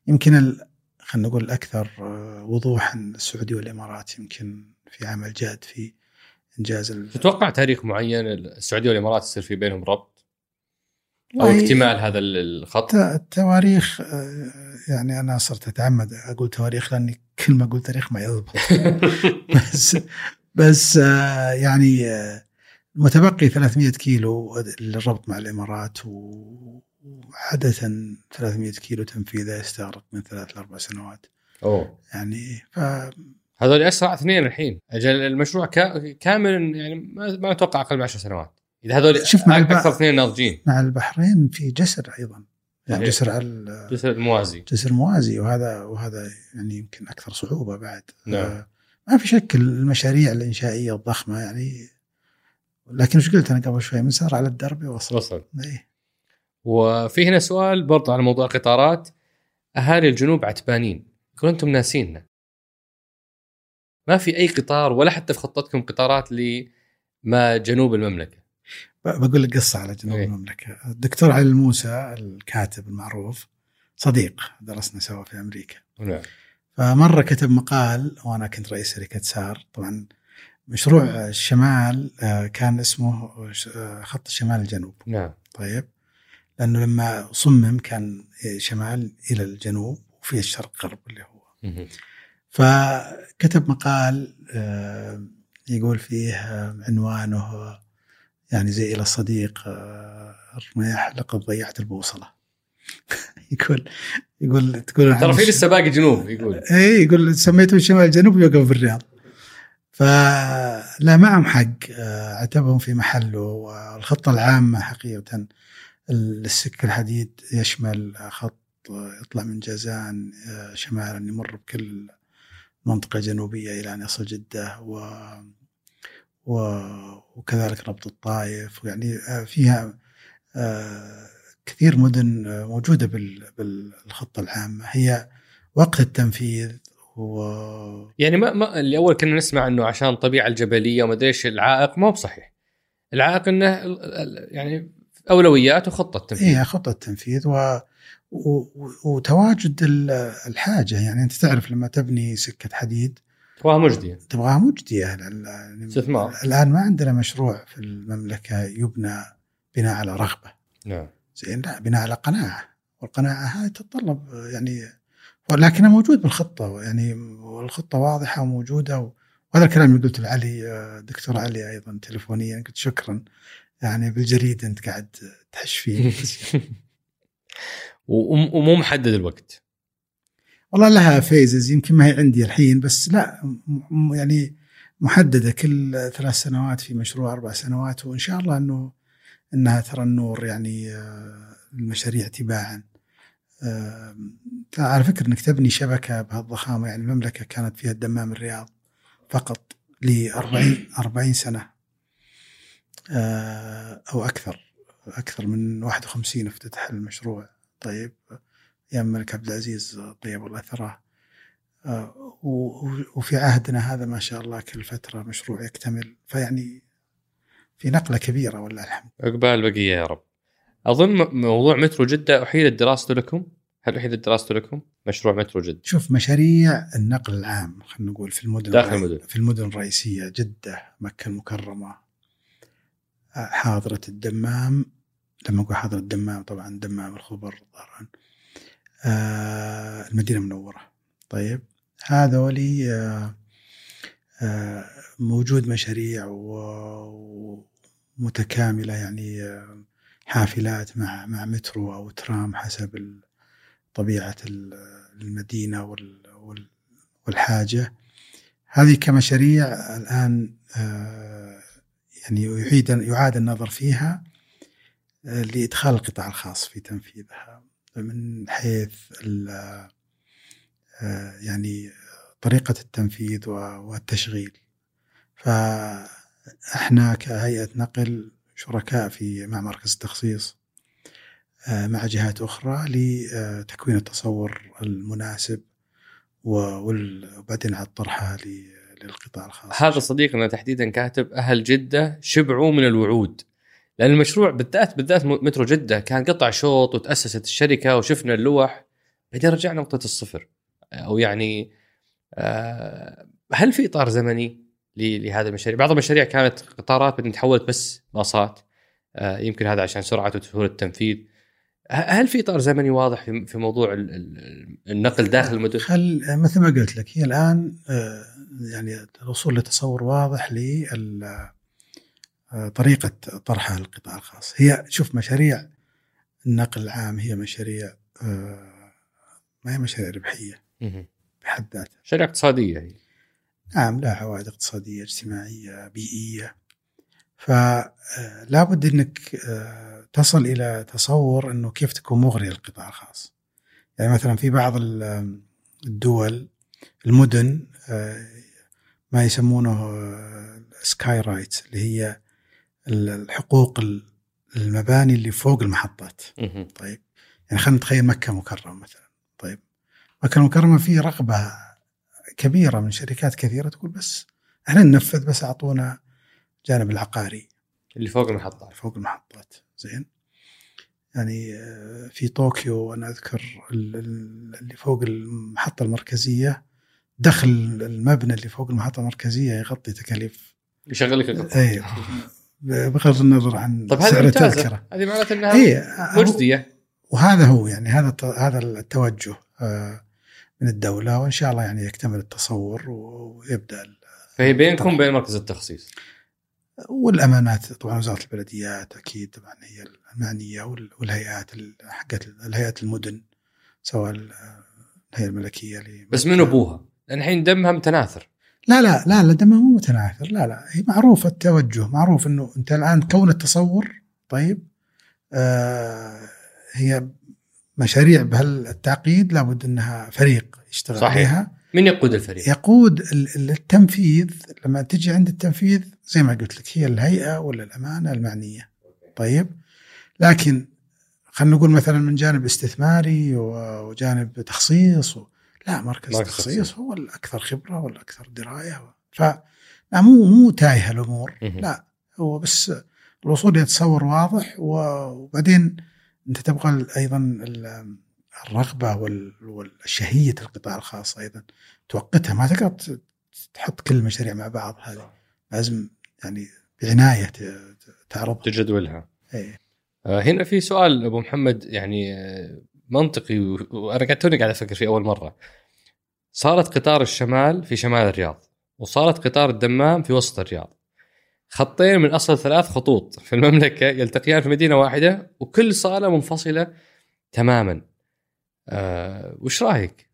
C: يمكن خلينا نقول الأكثر وضوحا السعودية والإمارات يمكن في عمل جاد في إنجاز.
A: تتوقع تاريخ معين السعودية والإمارات يصير في بينهم ربط أو اكتمال هذا الخط؟
C: التواريخ يعني أنا صرت أتعمد أقول تواريخ لأني كل ما أقول تاريخ ما يضبط. بس بس يعني متبقي ثلاثمائة كيلو للربط مع الإمارات، وعادة ثلاثمائة كيلو تنفيذه يستغرق من ثلاث لأربع سنوات.
A: أوه.
C: يعني ف
A: هذول أسرع اثنين الحين. أجل المشروع كامل يعني ما أتوقع أقل من عشر سنوات. إذا هذول
C: شوف مع
A: أكثر اثنين ناضجين.
C: مع البحرين في جسر أيضا، يعني
A: إيه.
C: جسر على
A: جسر موازي
C: جسر موازي وهذا وهذا يعني يمكن أكثر صعوبة بعد.
A: نعم.
C: آه ما في شك المشاريع الإنشائية الضخمة يعني، لكن وش قلت أنا قبل شوي من سار على الدرب وصل.
A: وصل.
C: إيه.
A: وفي هنا سؤال برضه على موضوع قطارات. أهالي الجنوب عتبانين، يقولون أنتم ناسيننا، ما في أي قطار ولا حتى في خطتكم قطارات لما جنوب المملكة.
C: بقول لك قصة على جنوب
A: إيه.
C: المملكة. الدكتور علي الموسى الكاتب المعروف صديق درسنا سوا في أمريكا.
A: نعم.
C: فمرة كتب مقال وأنا كنت رئيس شركة سار. طبعا مشروع الشمال كان اسمه خط الشمال الجنوب.
A: نعم.
C: طيب لأنه لما صمم كان شمال إلى الجنوب وفي الشرق غرب اللي هو.
A: م-
C: فكتب مقال يقول فيه عنوانه يعني زي إلى الصديق الرميح لقد ضيعت البوصلة. يقول يقول تقول
A: ترى في لسه باقي جنوب. يقول
C: إيه يقول سميته الشمال الجنوب يوقف بالرياض. فلا معهم حق، عتبهم في محله. والخطة العامة حقيقة السكة الحديد يشمل خط يطلع من جازان شمالا يمر بكل منطقة جنوبية إلى أن يصل جدة، و وكذلك ربط الطائف. يعني فيها كثير مدن موجودة بالخطة العامة. هي وقت التنفيذ و
A: يعني ما, ما اللي أول كنا نسمع أنه عشان طبيعة الجبلية وما أدري إيش العائق، ما هو بصحيح. العائق أنه يعني أولويات وخطة تنفيذ.
C: إيه خطة تنفيذ و... و... وتواجد الحاجة. يعني أنت تعرف لما تبني سكة حديد
A: تبغاها مجدية،
C: تبغاها مجدية.
A: استثمار.
C: الآن ما عندنا مشروع في المملكة يبنى بناء على رغبة.
A: نعم.
C: زين، لا، بناء على قناعة، والقناعة هاي تتطلب يعني، ولكنها موجود بالخطة يعني، والخطة واضحة وموجودة. وهذا الكلام اللي قلت لعلي دكتور علي أيضا تلفونيا، قلت شكرا يعني بالجريد أنت قاعد تحش فيه.
A: ومو محدد الوقت
C: والله لها فيزز، يمكن ما هي عندي الحين، بس لا يعني محددة كل ثلاث سنوات في مشروع، أربع سنوات، وإن شاء الله أنه أنها ترى النور يعني المشاريع تباعا. على فكرة أنك تبني شبكة بهالضخامة، يعني المملكة كانت فيها الدمام الرياض فقط لأربعين أربعين سنة أو أكثر أكثر من واحد وخمسين افتتح المشروع. طيب يا الملك عبد العزيز طيب الله ثراه، وفي عهدنا هذا ما شاء الله كل فترة مشروع يكتمل، فيعني في نقلة كبيرة والله الحمد.
A: عقبال بقية يا رب. أظن موضوع مترو جدة أحيلت دراسته لكم. هل أحيلت دراسته لكم مشروع مترو جدة؟
C: شوف مشاريع النقل العام خلينا نقول في المدن
A: داخل المدن، في
C: المدن الرئيسية جدة، مكة المكرمة، حاضرة الدمام. لما أقول حاضرة الدمام طبعا الدمام الخبر طبعا، آه المدينة المنورة. طيب هذولي آه آه موجود مشاريع ومتكاملة يعني، آه حافلات مع مع مترو أو ترام حسب طبيعة المدينة والحاجة. هذه كمشاريع الآن آه يعني يعيد يعاد النظر فيها آه لإدخال القطاع الخاص في تنفيذها من حيث يعني طريقة التنفيذ والتشغيل. فإحنا كهيئة نقل شركاء في مع مركز التخصيص مع جهات أخرى لتكوين التصور المناسب وبعدين على طرحها للقطاع الخاص.
A: هذا صديقنا تحديدا كاتب أهل جدة شبعوا من الوعود، لأن المشروع بالذات بالذات مترو جدة كان قطع شوط وتأسست الشركة وشفنا اللوح بعدين رجعنا نقطة الصفر، أو يعني هل في إطار زمني لهذا المشاريع؟ بعض المشاريع كانت قطارات بدنا تحولت بس باصات، يمكن هذا عشان سرعة وسهولة التنفيذ. هل في إطار زمني واضح في موضوع النقل داخل المدن؟
C: خل مثل ما قلت لك، هي الآن يعني الوصول لتصور واضح لطريقة طرحها القطاع الخاص. هي شوف، مشاريع النقل العام هي مشاريع ما هي مشاريع ربحية بحد ذاتها،
A: مشاريع اقتصادية هي.
C: نعم، لا عوائد اقتصادية اجتماعية بيئية. فلا بد أنك تصل إلى تصور أنه كيف تكون مغرية للقطاع الخاص. يعني مثلا في بعض الدول المدن ما يسمونه سكاي رايت، اللي هي الحقوق المباني اللي فوق المحطات. طيب يعني خلينا نتخيل مكة مكرمة مثلا. طيب مكة مكرمة فيه رغبة كبيرة من شركات كثيرة تقول بس احنا ننفذ، بس أعطونا جانب العقاري
A: اللي فوق المحطات.
C: فوق المحطات زين. يعني في طوكيو أنا أذكر اللي فوق المحطة المركزية، دخل المبنى اللي فوق المحطة المركزية يغطي تكاليف
A: يشغل لك القطار.
C: أي بغض النظر عن
A: طب
C: سعر التذكرة.
A: هذه معناته أنها مجدية.
C: وهذا هو يعني هذا هذا التوجه من الدولة، وإن شاء الله يعني يكتمل التصور ويبدأ.
A: فهي بينكم بين مركز التخصيص
C: والأمانات طبعا، وزارة البلديات أكيد طبعا هي المعنية، والهيئات حقت الهيئات المدن، سواء الهيئة الملكية.
A: بس من أبوها؟ لأن الحين دمها متناثر.
C: لا لا لا لا دمها مو متناثر. لا لا هي معروف التوجه، معروف إنه أنت الآن كون التصور. طيب آه هي مشاريع بهالتعقيد لابد أنها فريق يشتغل
A: صحيح.
C: عليها.
A: من يقود الفريق؟
C: يقود التنفيذ. لما تجي عند التنفيذ زي ما قلت لك، هي الهيئة ولا الأمانة المعنية. طيب لكن خلينا نقول مثلا من جانب استثماري وجانب تخصيص و... لا مركز التخصيص هو الأكثر خبرة والأكثر دراية. فمو مو تايه الأمور، لا هو بس الوصول يتصور واضح. وبعدين أنت تبغى أيضا الرغبة والشهية القطاع الخاص أيضا توقتها، ما تقدر تحط كل المشاريع مع بعض. هذه لازم يعني بعناية تعرض
A: تجدولها.
C: أي.
A: هنا في سؤال أبو محمد يعني منطقي، وأنا قاعد توني قاعد أفكر فيه أول مرة. صارت قطار الشمال في شمال الرياض، وصارت قطار الدمام في وسط الرياض، خطين من أصل ثلاث خطوط في المملكة يلتقيان في مدينة واحدة، وكل صالة منفصلة تماما. أه وش رأيك؟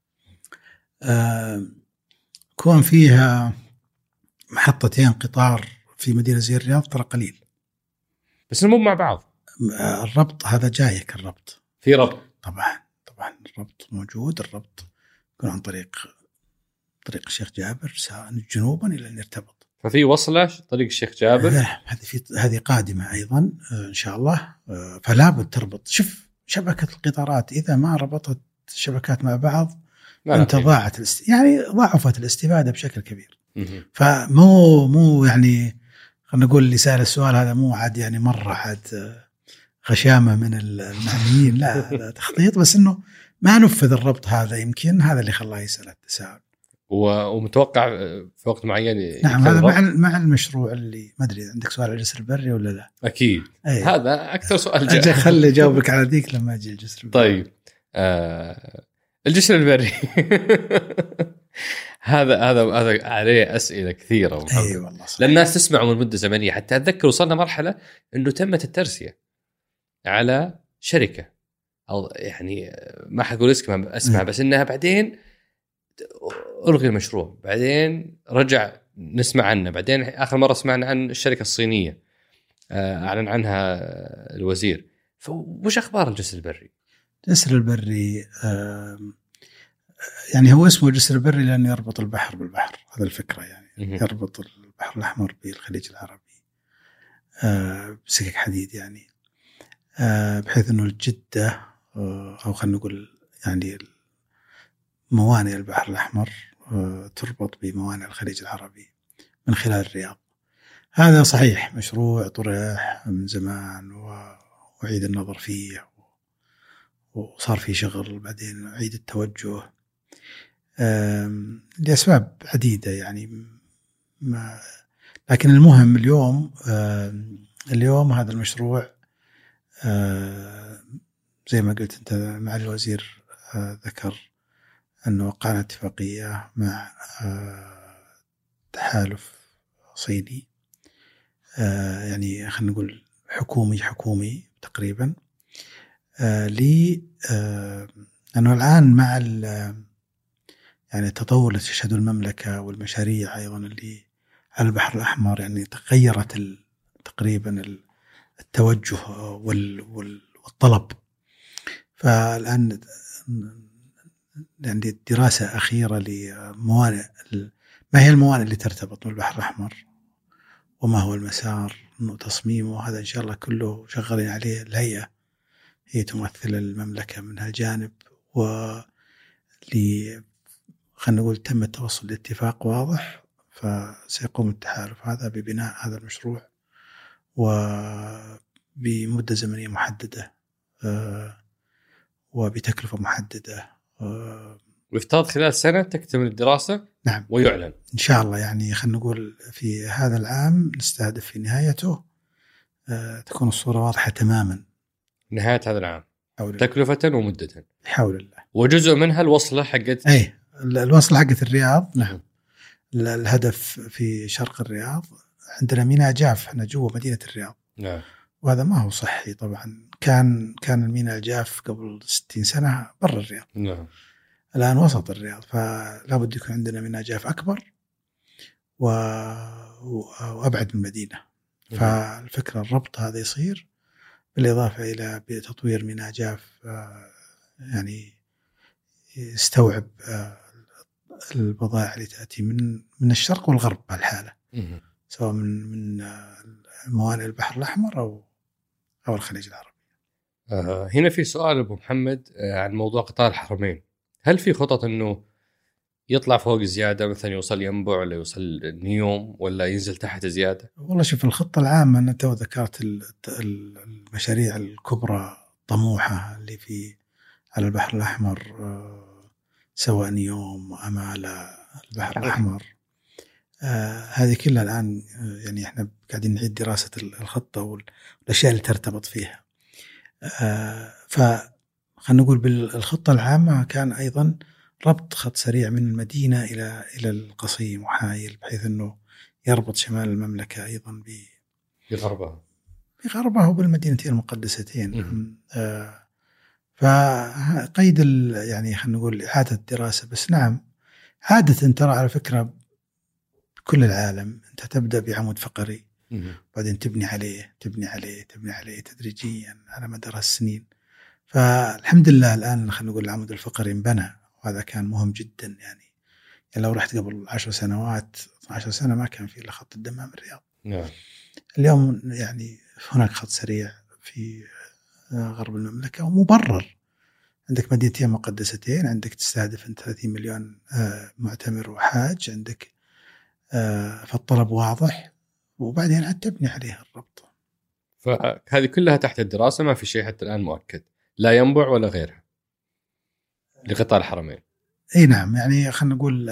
C: أه كون فيها محطتين قطار في مدينة زي الرياض ترى قليل،
A: بس مو مع بعض.
C: الربط هذا جايك، الربط
A: في ربط
C: طبعا طبعا الربط موجود. الربط يكون عن طريق طريق الشيخ جابر جنوبا إلى أن يرتبط.
A: ففي وصلة طريق الشيخ جابر،
C: هذه في هذه قادمة أيضا إن شاء الله. فلا بد تربط. شوف شبكة القطارات إذا ما ربطت الشبكات مع بعض أنت ضاعت الاست... يعني ضعفت الاستفادة بشكل كبير. فمو مو يعني خلينا نقول اللي سأل السؤال هذا مو عاد يعني مرة عاد غشامة من المعنيين، لا لا تخطيط، بس إنه ما نفذ الربط هذا، يمكن هذا اللي خلاه يسأل التساؤل.
A: ومتوقع في وقت معين.
C: نعم هذا مع مع المشروع اللي ما أدري عندك سؤال على الجسر البري ولا لا؟
A: أكيد
C: أيه.
A: هذا أكثر سؤال جاء.
C: أجي خلي جاوبك على ذيك لما أجي الجسر البري.
A: طيب آه الجسر البري هذا هذا هذا عليه أسئلة كثيرة.
C: أي والله صحيح.
A: لأن الناس تسمع من مدة زمنية، حتى أتذكر وصلنا مرحلة إنه تمت الترسية على شركة، أو يعني ما حقول اسمها اسمها بس إنها بعدين ألغي المشروع، بعدين رجع نسمع عنه، بعدين آخر مرة سمعنا عن الشركة الصينية أعلن عنها الوزير. فوش أخبار الجسر البري؟
C: الجسر البري آه يعني هو اسمه جسر البري لأنه يربط البحر بالبحر، هذا الفكرة يعني يربط البحر الأحمر بالخليج العربي آه بسكك حديد يعني آه بحيث أنه الجدة آه أو خلينا نقول يعني موانئ البحر الأحمر آه تربط بموانئ الخليج العربي من خلال الرياض. هذا صحيح مشروع طرح من زمان وعيد النظر فيه وصار في شغل، بعدين عيد التوجه لأسباب عديدة يعني ما. لكن المهم اليوم اليوم هذا المشروع زي ما قلت أنت معالي الوزير ذكر أنه وقعنا اتفاقية مع تحالف صيني يعني خلينا نقول حكومي حكومي تقريبا لي أنه الآن مع يعني التطور اللي تشهده المملكة والمشاريع أيضا اللي على البحر الأحمر يعني تغيرت تقريبا التوجه والطلب. فالآن عندي دراسة أخيرة لموانئ، ما هي الموانئ اللي ترتبط بالبحر الأحمر وما هو المسار وتصميمه، وهذا إن شاء الله كله شغالين عليه. الهيئة هي تمثل المملكة من هالجانب، ولي خلينا نقول تم التوصل لاتفاق واضح، فسيقوم التحالف هذا ببناء هذا المشروع وبمدة زمنية محددة وبتكلفة محددة،
A: ويفترض خلال سنة تكتمل الدراسة.
C: نعم
A: ويعلن
C: إن شاء الله. يعني خلينا نقول في هذا العام نستهدف في نهايته تكون الصورة واضحة تماما.
A: نهاية هذا العام تكلفة ومدة
C: حول الله.
A: وجزء منها الوصلة حقت
C: أي الوصلة حقت الرياض. نعم الهدف في شرق الرياض عندنا ميناء جاف، احنا جوا مدينة الرياض.
A: نعم.
C: وهذا ما هو صحي طبعا. كان كان الميناء الجاف قبل ستين سنة برا الرياض.
A: نعم.
C: الآن وسط الرياض، فلا بد يكون عندنا ميناء جاف أكبر و... وأبعد من المدينة.
A: نعم.
C: فالفكرة الربط هذا يصير بالإضافة إلى تطوير ميناء جاف يعني يستوعب البضائع اللي تأتي من من الشرق والغرب بهالحالة، سواء من من موانئ البحر الأحمر أو أو الخليج العربي.
A: آه هنا في سؤال أبو محمد آه عن موضوع قطار الحرمين. هل في خطط إنه يطلع فوق زيادة، مثلا يوصل ينبع ولا يوصل نيوم، ولا ينزل تحت زيادة؟
C: والله شوف الخطة العامة أنا تو ذكرت المشاريع الكبرى طموحة اللي في على البحر الأحمر، سواء نيوم وأمالة البحر الأحمر. آه هذه كلها الآن يعني إحنا قاعدين نعيد دراسة الخطة والأشياء اللي ترتبط فيها. آه فخلنا نقول بالخطة العامة كان أيضا ربط خط سريع من المدينة إلى إلى القصيم وحايل، بحيث إنه يربط شمال المملكة أيضا
A: بغربها
C: بغربها وبالمدينتين المقدستين. آه فقيد يعني خلينا نقول إعادة الدراسة. بس نعم عادة ترى على فكرة كل العالم أنت تبدأ بعمود فقري بعدين تبني عليه تبني عليه تبني عليه تدريجيا على مدار السنين. فالحمد لله الآن خلينا نقول العمود الفقري انبنى، وهذا كان مهم جدا. يعني, يعني لو رحت قبل عشر سنوات عشر سنة ما كان في إلا خط الدمام الرياض.
A: نعم.
C: اليوم يعني هناك خط سريع في غرب المملكة ومبرر. عندك مدينتين مقدستين، عندك تستهدف أنت ثلاثين مليون معتمر وحاج، عندك فالطلب واضح، وبعدين عاد تبني عليه الربط.
A: فهذه كلها تحت الدراسة، ما في شيء حتى الآن مؤكد، لا ينبع ولا غيرها لقطار الحرمين.
C: اي نعم. يعني خلينا نقول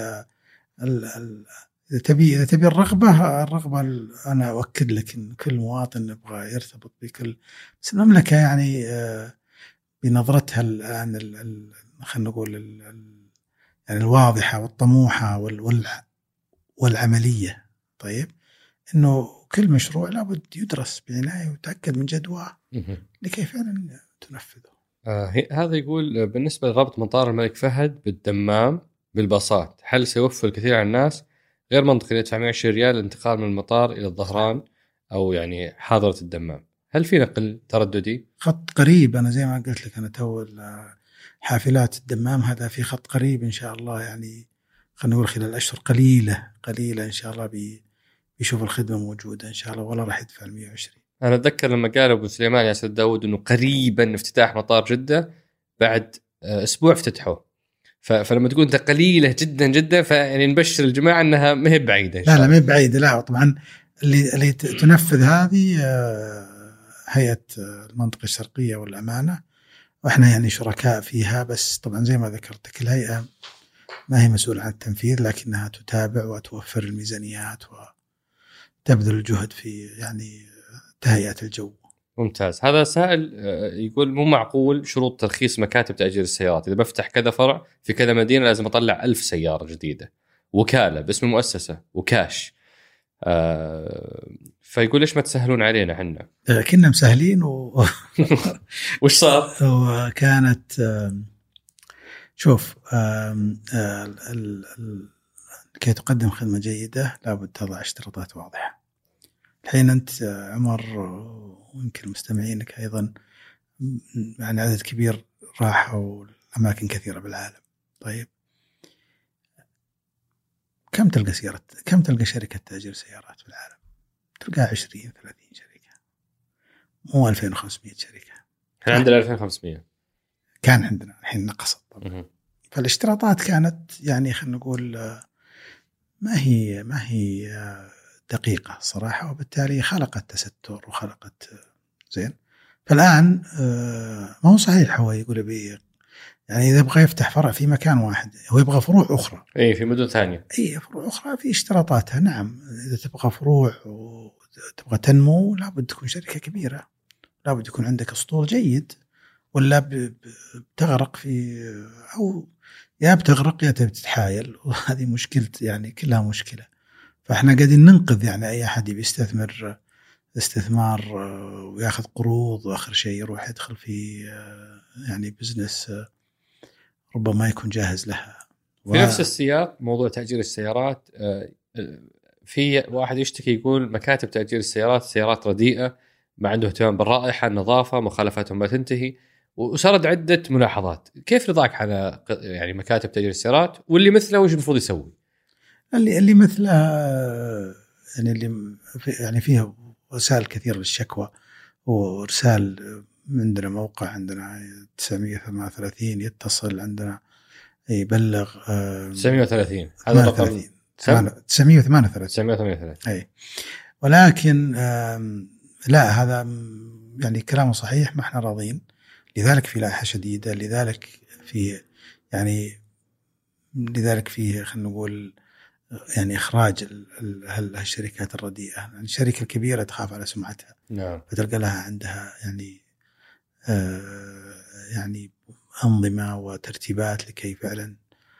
C: إذا تبي إذا تبي الرغبة الرغبة أنا أؤكد لك إن كل مواطن يبغى يرتبط بكل. بس المملكة يعني بنظرتها الآن خلينا نقول يعني الواضحة والطموحة وال والعملية. طيب إنه كل مشروع لابد يدرس بعناية وتأكد من جدواه لكي فعلا تنفذه.
A: آه هذا يقول بالنسبة لربط مطار الملك فهد بالدمام بالباصات، هل سيوفر الكثير على الناس؟ غير منطقي يدفع مئة وعشرين ريال الانتقال من المطار إلى الظهران أو يعني حاضرة الدمام. هل في نقل ترددي؟
C: خط قريب. أنا زي ما قلت لك أنا تو حافلات الدمام هذا في خط قريب إن شاء الله، يعني خلينا نقول خلال أشهر قليلة قليلة إن شاء الله بي بيشوف الخدمة موجودة إن شاء الله، ولا راح يدفع المئة وعشرين.
A: أنا أتذكر لما قال أبو سليمان ياسر داود إنه قريبا افتتاح مطار جدة، بعد أسبوع افتتحوه. فلما تقول أنت قليلة جدا جدا فيعني نبشر الجماعة أنها ما هي بعيدة إن شاء الله.
C: لا لا ما هي بعيدة. لا طبعا اللي اللي تنفذ هذه هيئة المنطقة الشرقية والأمانة، وإحنا يعني شركاء فيها، بس طبعا زي ما ذكرتك الهيئة ما هي مسؤولة عن التنفيذ، لكنها تتابع وتوفر الميزانيات وتبذل الجهد في يعني تهيئة الجو.
A: ممتاز. هذا سائل يقول مو معقول شروط ترخيص مكاتب تأجير السيارات، إذا بفتح كذا فرع في كذا مدينة لازم أطلع ألف سيارة جديدة، وكالة باسم المؤسسة وكاش. آه فيقول ليش ما تسهلون علينا حنا؟
C: كنا مسهلين و...
A: وش صار؟
C: وكانت شوف كي تقدم خدمة جيدة لابد تضع اشتراطات واضحة. الحين أنت عمر ويمكن مستمعينك أيضا يعني عدد كبير راحوا أماكن كثيرة بالعالم. طيب كم تلقى سيارة كم تلقى شركة تأجير سيارات في العالم؟ تلقى عشرين ثلاثين شركة، مو ألفين وخمسمائة شركة.
A: احنا عندنا ألفين وخمسمائة
C: كان عندنا، الحين نقصت طبعا. فالاشتراطات كانت يعني خلينا نقول ما هي ما هي دقيقة صراحة، وبالتالي خلقت تستر وخلقت زين. فالآن ما هو صحيح هو يقول بي يعني إذا يبغى يفتح فرع في مكان واحد هو يبغى فروع أخرى
A: أي في مدن ثانية،
C: أي فروع أخرى في اشتراطاتها. نعم إذا تبغى فروع وتبغى تنمو لابد تكون شركة كبيرة، لابد يكون عندك أسطول جيد، ولا بتغرق في أو يا بتغرق يا تتحايل، وهذه مشكلة يعني كلها مشكلة. فإحنا قاعدين ننقذ يعني أي أحد بيستثمر استثمار وياخذ قروض وآخر شيء يروح يدخل في يعني بزنس ربما يكون جاهز لها.
A: في نفس السياق موضوع تأجير السيارات، في واحد يشتكي يقول مكاتب تأجير السيارات سيارات رديئة، ما عنده اهتمام بالرائحة، النظافة، مخالفاتهم ما تنتهي، وسرد عدة ملاحظات. كيف رضاك على يعني مكاتب تأجير السيارات واللي مثله وش المفروض يسوي؟
C: اللي اللي مثله يعني اللي في يعني فيها وسائل كثيرة للشكوى، وإرسال عندنا موقع عندنا تسعمائة وثمانية وثلاثين يتصل عندنا يبلغ
A: تسعمائة وثلاثين هذا رقم
C: تسعمائة وثمانية وثلاثين
A: تسعمائة وثمانية وثلاثين
C: أي. ولكن لا هذا يعني كلامه صحيح، ما احنا راضين، لذلك في لائحة شديدة، لذلك في يعني لذلك فيه خلينا نقول يعني إخراج هالشركات الرديئة. يعني الشركة الكبيرة تخاف على سمعتها،
A: نعم،
C: فتلقى لها عندها يعني آه يعني أنظمة وترتيبات لكي فعلا.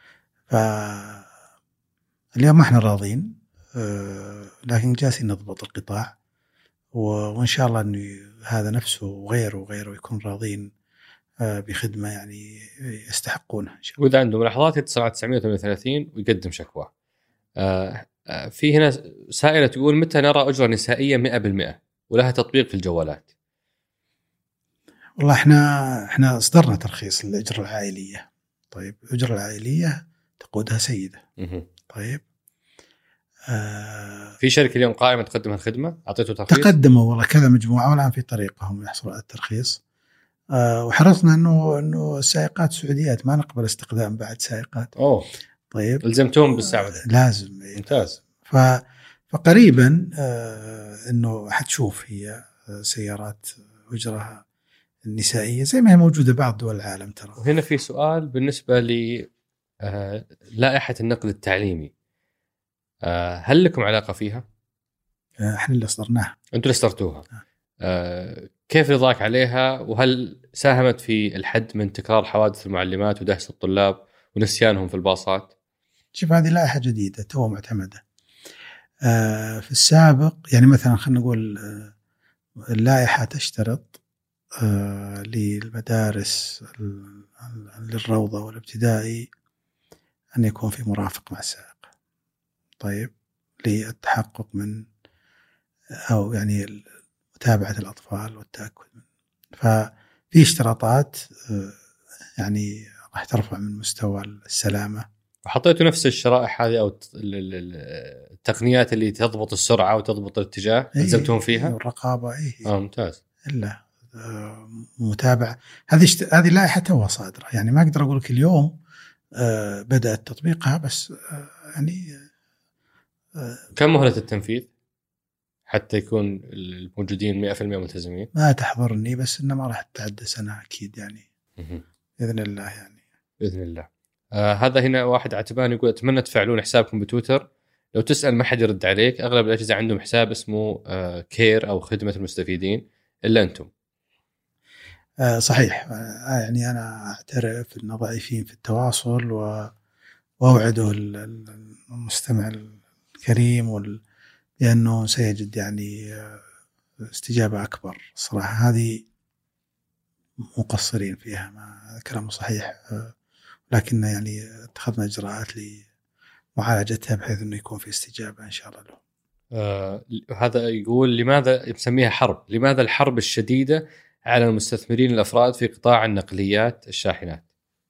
C: فاليوم ما احنا راضين، آه لكن جالسين نضبط القطاع، وإن شاء الله أن هذا نفسه وغيره وغيره يكون راضين آه بخدمة يعني يستحقونها إن شاء الله.
A: وإذا عنده ملاحظات يتصل على تسعمائة وثمانية وثلاثين ويقدم شكوى. آه آه في هنا سائلة تقول متى نرى أجرة نسائية مئة بالمئة ولها تطبيق في الجوالات؟
C: والله احنا احنا اصدرنا ترخيص للأجرة العائلية. طيب الأجرة العائلية تقودها سيدة. طيب
A: آه في شركة اليوم قائمة تقدم الخدمة، أعطيته ترخيص؟
C: تقدموا والله كذا مجموعة والآن في طريقهم يحصلوا على الترخيص. آه وحرصنا انه انه السائقات سعوديات، ما نقبل استخدام بعد سائقات.
A: اوه
C: طيب
A: الزمتهم بالساعة
C: لازم.
A: ممتاز.
C: ف فقريبا آه انه حتشوف هي سيارات أجرها النسائية زي ما هي موجودة بعض دول العالم ترى.
A: وهنا في سؤال بالنسبة للائحة النقل التعليمي، هل لكم علاقة فيها؟
C: احنا اللي اصدرناها.
A: انتوا اللي اصدرتوها. آه. كيف رضاك عليها، وهل ساهمت في الحد من تكرار حوادث المعلمات ودهس الطلاب ونسيانهم في الباصات؟
C: شوف هذه لائحة جديدة تو معتمدة. آه في السابق يعني مثلا خلينا نقول آه اللائحة تشترط آه للمدارس للروضة والابتدائي أن يكون في مرافق مع السائق. طيب للتحقق من أو يعني متابعة الأطفال والتأكد من. ففي اشتراطات آه يعني راح ترفع من مستوى السلامة.
A: وحطيتوا نفس الشرائح هذه أو التقنيات اللي تضبط السرعة وتضبط الاتجاه نزلتهم فيها؟
C: الرقابة إيه.
A: آه ممتاز.
C: إلا متابعة. هذه شت... هذه لائحة توها صادرة، يعني ما أقدر أقول لك اليوم آه بدأت تطبيقها، بس آه يعني
A: آه كم مهلة التنفيذ حتى يكون الموجودين مئة بالمئة ملتزمين؟
C: ما تحضرني، بس إنه ما راح تتعدى سنة أكيد يعني. باذن الله يعني.
A: باذن الله. آه هذا هنا واحد عتبان يقول اتمنى تفعلون حسابكم بتويتر، لو تسال ما حد يرد عليك. اغلب الاجهزه عندهم حساب اسمه آه كير او خدمه المستفيدين الا انتم.
C: آه صحيح. آه يعني انا اعترف ان ضعيفين في التواصل، واوعده المستمع الكريم وال... لانه سيجد يعني استجابه اكبر. صراحه هذه مقصرين فيها، ما كلامه صحيح، لكن يعني اتخذنا اجراءات لمعالجتها بحيث انه يكون في استجابه ان شاء الله له.
A: آه هذا يقول لماذا يسميها حرب؟ لماذا الحرب الشديده على المستثمرين الافراد في قطاع النقليات الشاحنات؟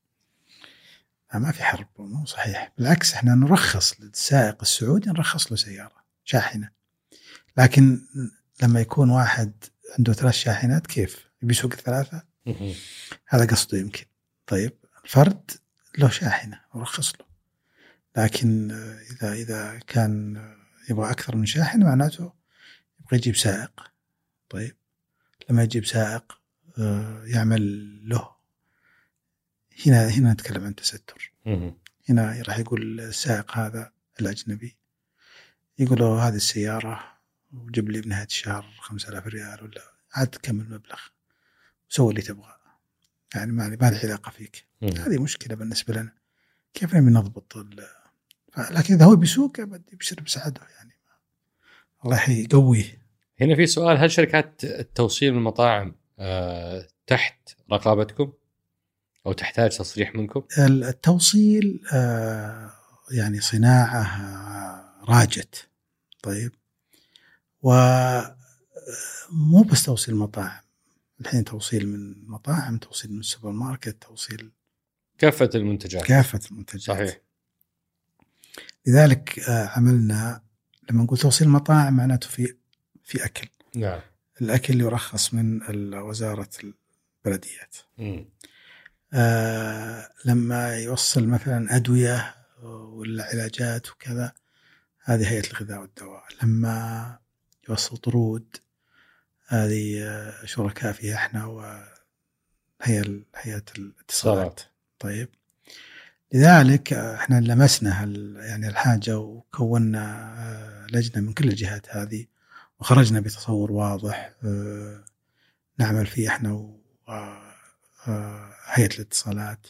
C: ما في حرب، مو صحيح. بالعكس احنا نرخص للسائق السعودي، نرخص له سياره شاحنه، لكن لما يكون واحد عنده ثلاث شاحنات كيف بيسوق الثلاثه؟ هذا قصده يمكن. طيب الفرد له شاحنه نرخص له، لكن اذا اذا كان يبغى اكثر من شاحنه معناته يبغى يجيب سائق. طيب لما يجيب سائق يعمل له، هنا هنا نتكلم عن تستر. هنا راح يقول السائق هذا الأجنبي، يقول له هذه السيارة وجيب لي بنهاية الشهر خمسة آلاف ريال ولا عاد كم المبلغ، سوي اللي تبغى، يعني ما ما له علاقة فيك. هذه مشكلة بالنسبة لنا، كيف نبي نضبط ال... لكن إذا هو بيسوق بدي بيصير بساعده يعني الله يقويه.
A: هنا في سؤال، هل شركات التوصيل من المطاعم أه تحت رقابتكم أو تحتاج تصريح منكم؟
C: التوصيل آه يعني صناعة آه راجت. طيب ومو بس توصيل مطاعم، الحين توصيل من مطاعم، توصيل من السوبر ماركت، توصيل
A: كافة المنتجات.
C: كافة المنتجات.
A: صحيح.
C: لذلك آه عملنا، لما نقول توصيل مطاعم معناته في في أكل.
A: نعم.
C: الأكل يرخص من وزارة البلديات.
A: م.
C: آه لما يوصل مثلا أدوية ولا علاجات وكذا، هذه هيئة الغذاء والدواء. لما يوصل طرود، هذه آه شركاء فيها احنا وهي هيئة الاتصالات. طيب لذلك آه احنا لمسنا يعني الحاجة، وكونا آه لجنة من كل الجهات هذه، وخرجنا بتصور واضح آه نعمل فيه احنا و هيئة الاتصالات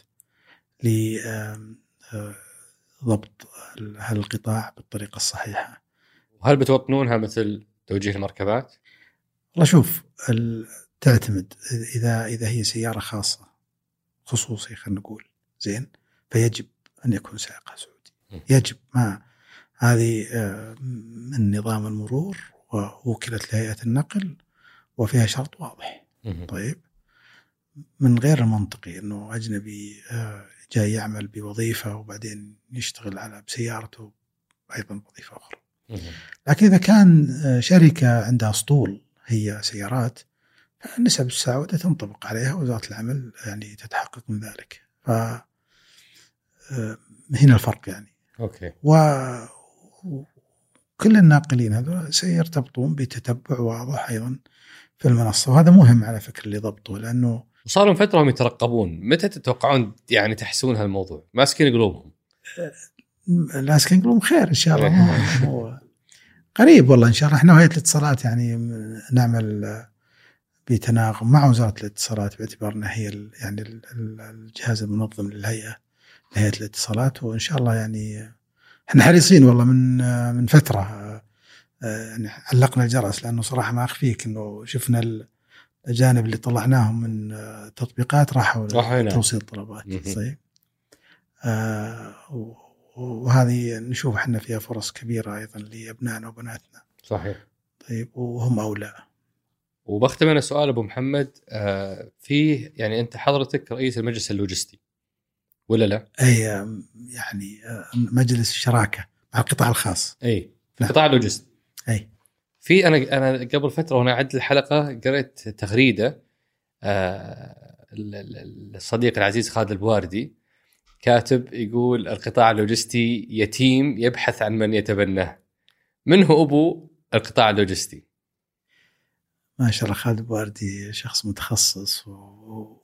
C: لضبط هذا القطاع بالطريقة الصحيحة.
A: وهل بتوطنونها مثل توجيه المركبات؟
C: والله شوف، تعتمد إذا إذا هي سيارة خاصة خصوصي خلينا نقول زين، فيجب أن يكون سائقها سعودي. يجب، ما هذه من نظام المرور ووكلت لهيئة النقل وفيها شرط واضح. طيب من غير المنطقي أنه أجنبي جاي يعمل بوظيفة وبعدين يشتغل على بسيارته أيضا وظيفة أخرى. لكن إذا كان شركة عندها أسطول هي سيارات، فنسب السعودة تنطبق عليها، وزارة العمل يعني تتحقق من ذلك. فهنا الفرق يعني.
A: أوكي.
C: وكل الناقلين هذول سيرتبطون بتتبع واضح أيضا في المنصة، وهذا مهم على فكرة اللي ضبطه، لأنه
A: وصاروا فترة هم يترقبون. متى تتوقعون يعني تحسون هالموضوع؟ ماسكين قلوبهم.
C: ماسكين قلوبهم خير إن شاء الله. هو قريب والله إن شاء الله. إحنا وهيئة الاتصالات يعني نعمل بتناغم مع وزارة الاتصالات، باعتبارنا هي يعني الجهاز المنظم للهيئة لهيئة الاتصالات، وإن شاء الله يعني إحنا حريصين والله من من فترة يعني علقنا الجرس، لأنه صراحة ما أخفيك إنه شفنا الأجانب اللي طلعناهم من تطبيقات راحوا توصيل طلبات. طيب آه وهذه نشوف احنا فيها فرص كبيرة أيضا لأبنائنا وبناتنا.
A: صحيح.
C: طيب وهم أولى.
A: وبختم أنا سؤال أبو محمد، آه فيه يعني أنت حضرتك رئيس المجلس اللوجستي ولا لا؟
C: أي يعني مجلس الشراكة مع القطاع الخاص.
A: أي في القطاع اللوجستي.
C: أي
A: في أنا أنا قبل فترة وأنا أعد الحلقة قرأت تغريدة آه الصديق العزيز خالد البواردي كاتب يقول القطاع اللوجستي يتيم يبحث عن من يتبناه. من هو أبو القطاع اللوجستي؟
C: ما شاء الله خالد البواردي شخص متخصص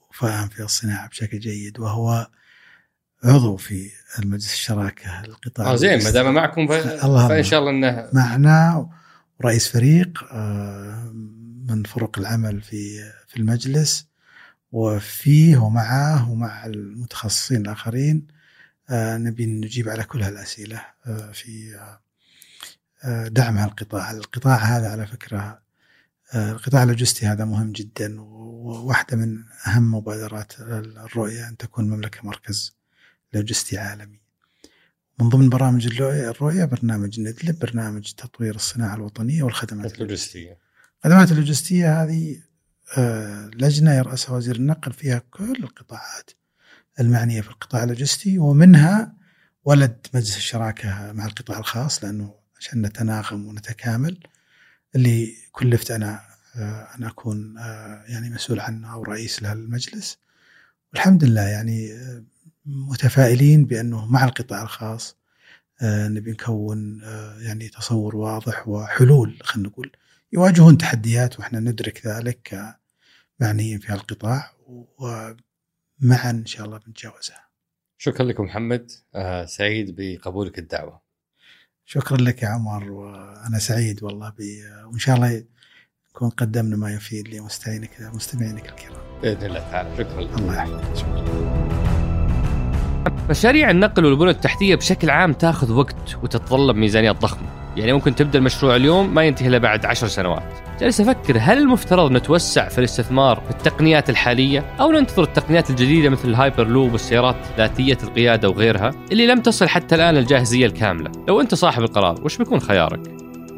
C: وفاهم في الصناعة بشكل جيد، وهو عضو في المجلس الشراكة القطاع.
A: اه زين، ما دام معكم ف... فإن شاء الله إنه
C: معنا، ورئيس فريق من فرق العمل في في المجلس، وفيه ومعه ومع المتخصصين الآخرين نبي نجيب على كل هالأسئلة في دعم هالقطاع. القطاع هذا على فكرة القطاع اللوجستي هذا مهم جدا، وواحدة من أهم مبادرات الرؤية أن تكون المملكة مركز لوجستي عالمي. من ضمن برامج الرؤية برنامج ندلب، برنامج تطوير الصناعة الوطنية والخدمات اللوجستية. الخدمات اللوجستية هذه لجنة يرأسها وزير النقل، فيها كل القطاعات المعنية في القطاع اللوجستي، ومنها ولد مجلس الشراكة مع القطاع الخاص، لأنه عشان نتناغم ونتكامل اللي كلفت أنا أن أكون يعني مسؤول عنه أو رئيس لهالمجلس. والحمد لله يعني متفائلين بأنه مع القطاع الخاص نبي نكون يعني تصور واضح وحلول، خلينا نقول يواجهون تحديات وإحنا ندرك ذلك معنيين في هالقطاع، ومعا إن شاء الله بنتجاوزها.
A: شكرا لكم محمد، آه سعيد بقبولك الدعوة.
C: شكرا لك يا عمر، وأنا سعيد والله ب... وإن شاء الله نكون قدمنا ما يفيد لمستمعينك مستمعينك الكرام
A: بإذن الله تعالى. شكرا لك.
C: الله يحفظك. شكرا.
A: مشاريع النقل والبنى التحتية بشكل عام تأخذ وقت وتتطلب ميزانيات ضخمة، يعني ممكن تبدأ المشروع اليوم ما ينتهي إلا بعد عشر سنوات. جالس أفكر هل المفترض نتوسع في الاستثمار في التقنيات الحالية أو ننتظر التقنيات الجديدة مثل الهايبر لوب والسيارات ذاتية القيادة وغيرها اللي لم تصل حتى الآن الجاهزية الكاملة؟ لو أنت صاحب القرار وش بيكون خيارك؟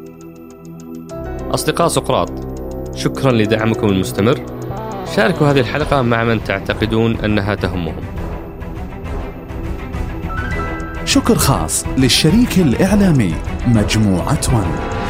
A: أصدقاء سقراط، شكرا لدعمكم المستمر. شاركوا هذه الحلقة مع من تعتقدون أنها تهمهم.
B: شكر خاص للشريك الإعلامي مجموعة وان.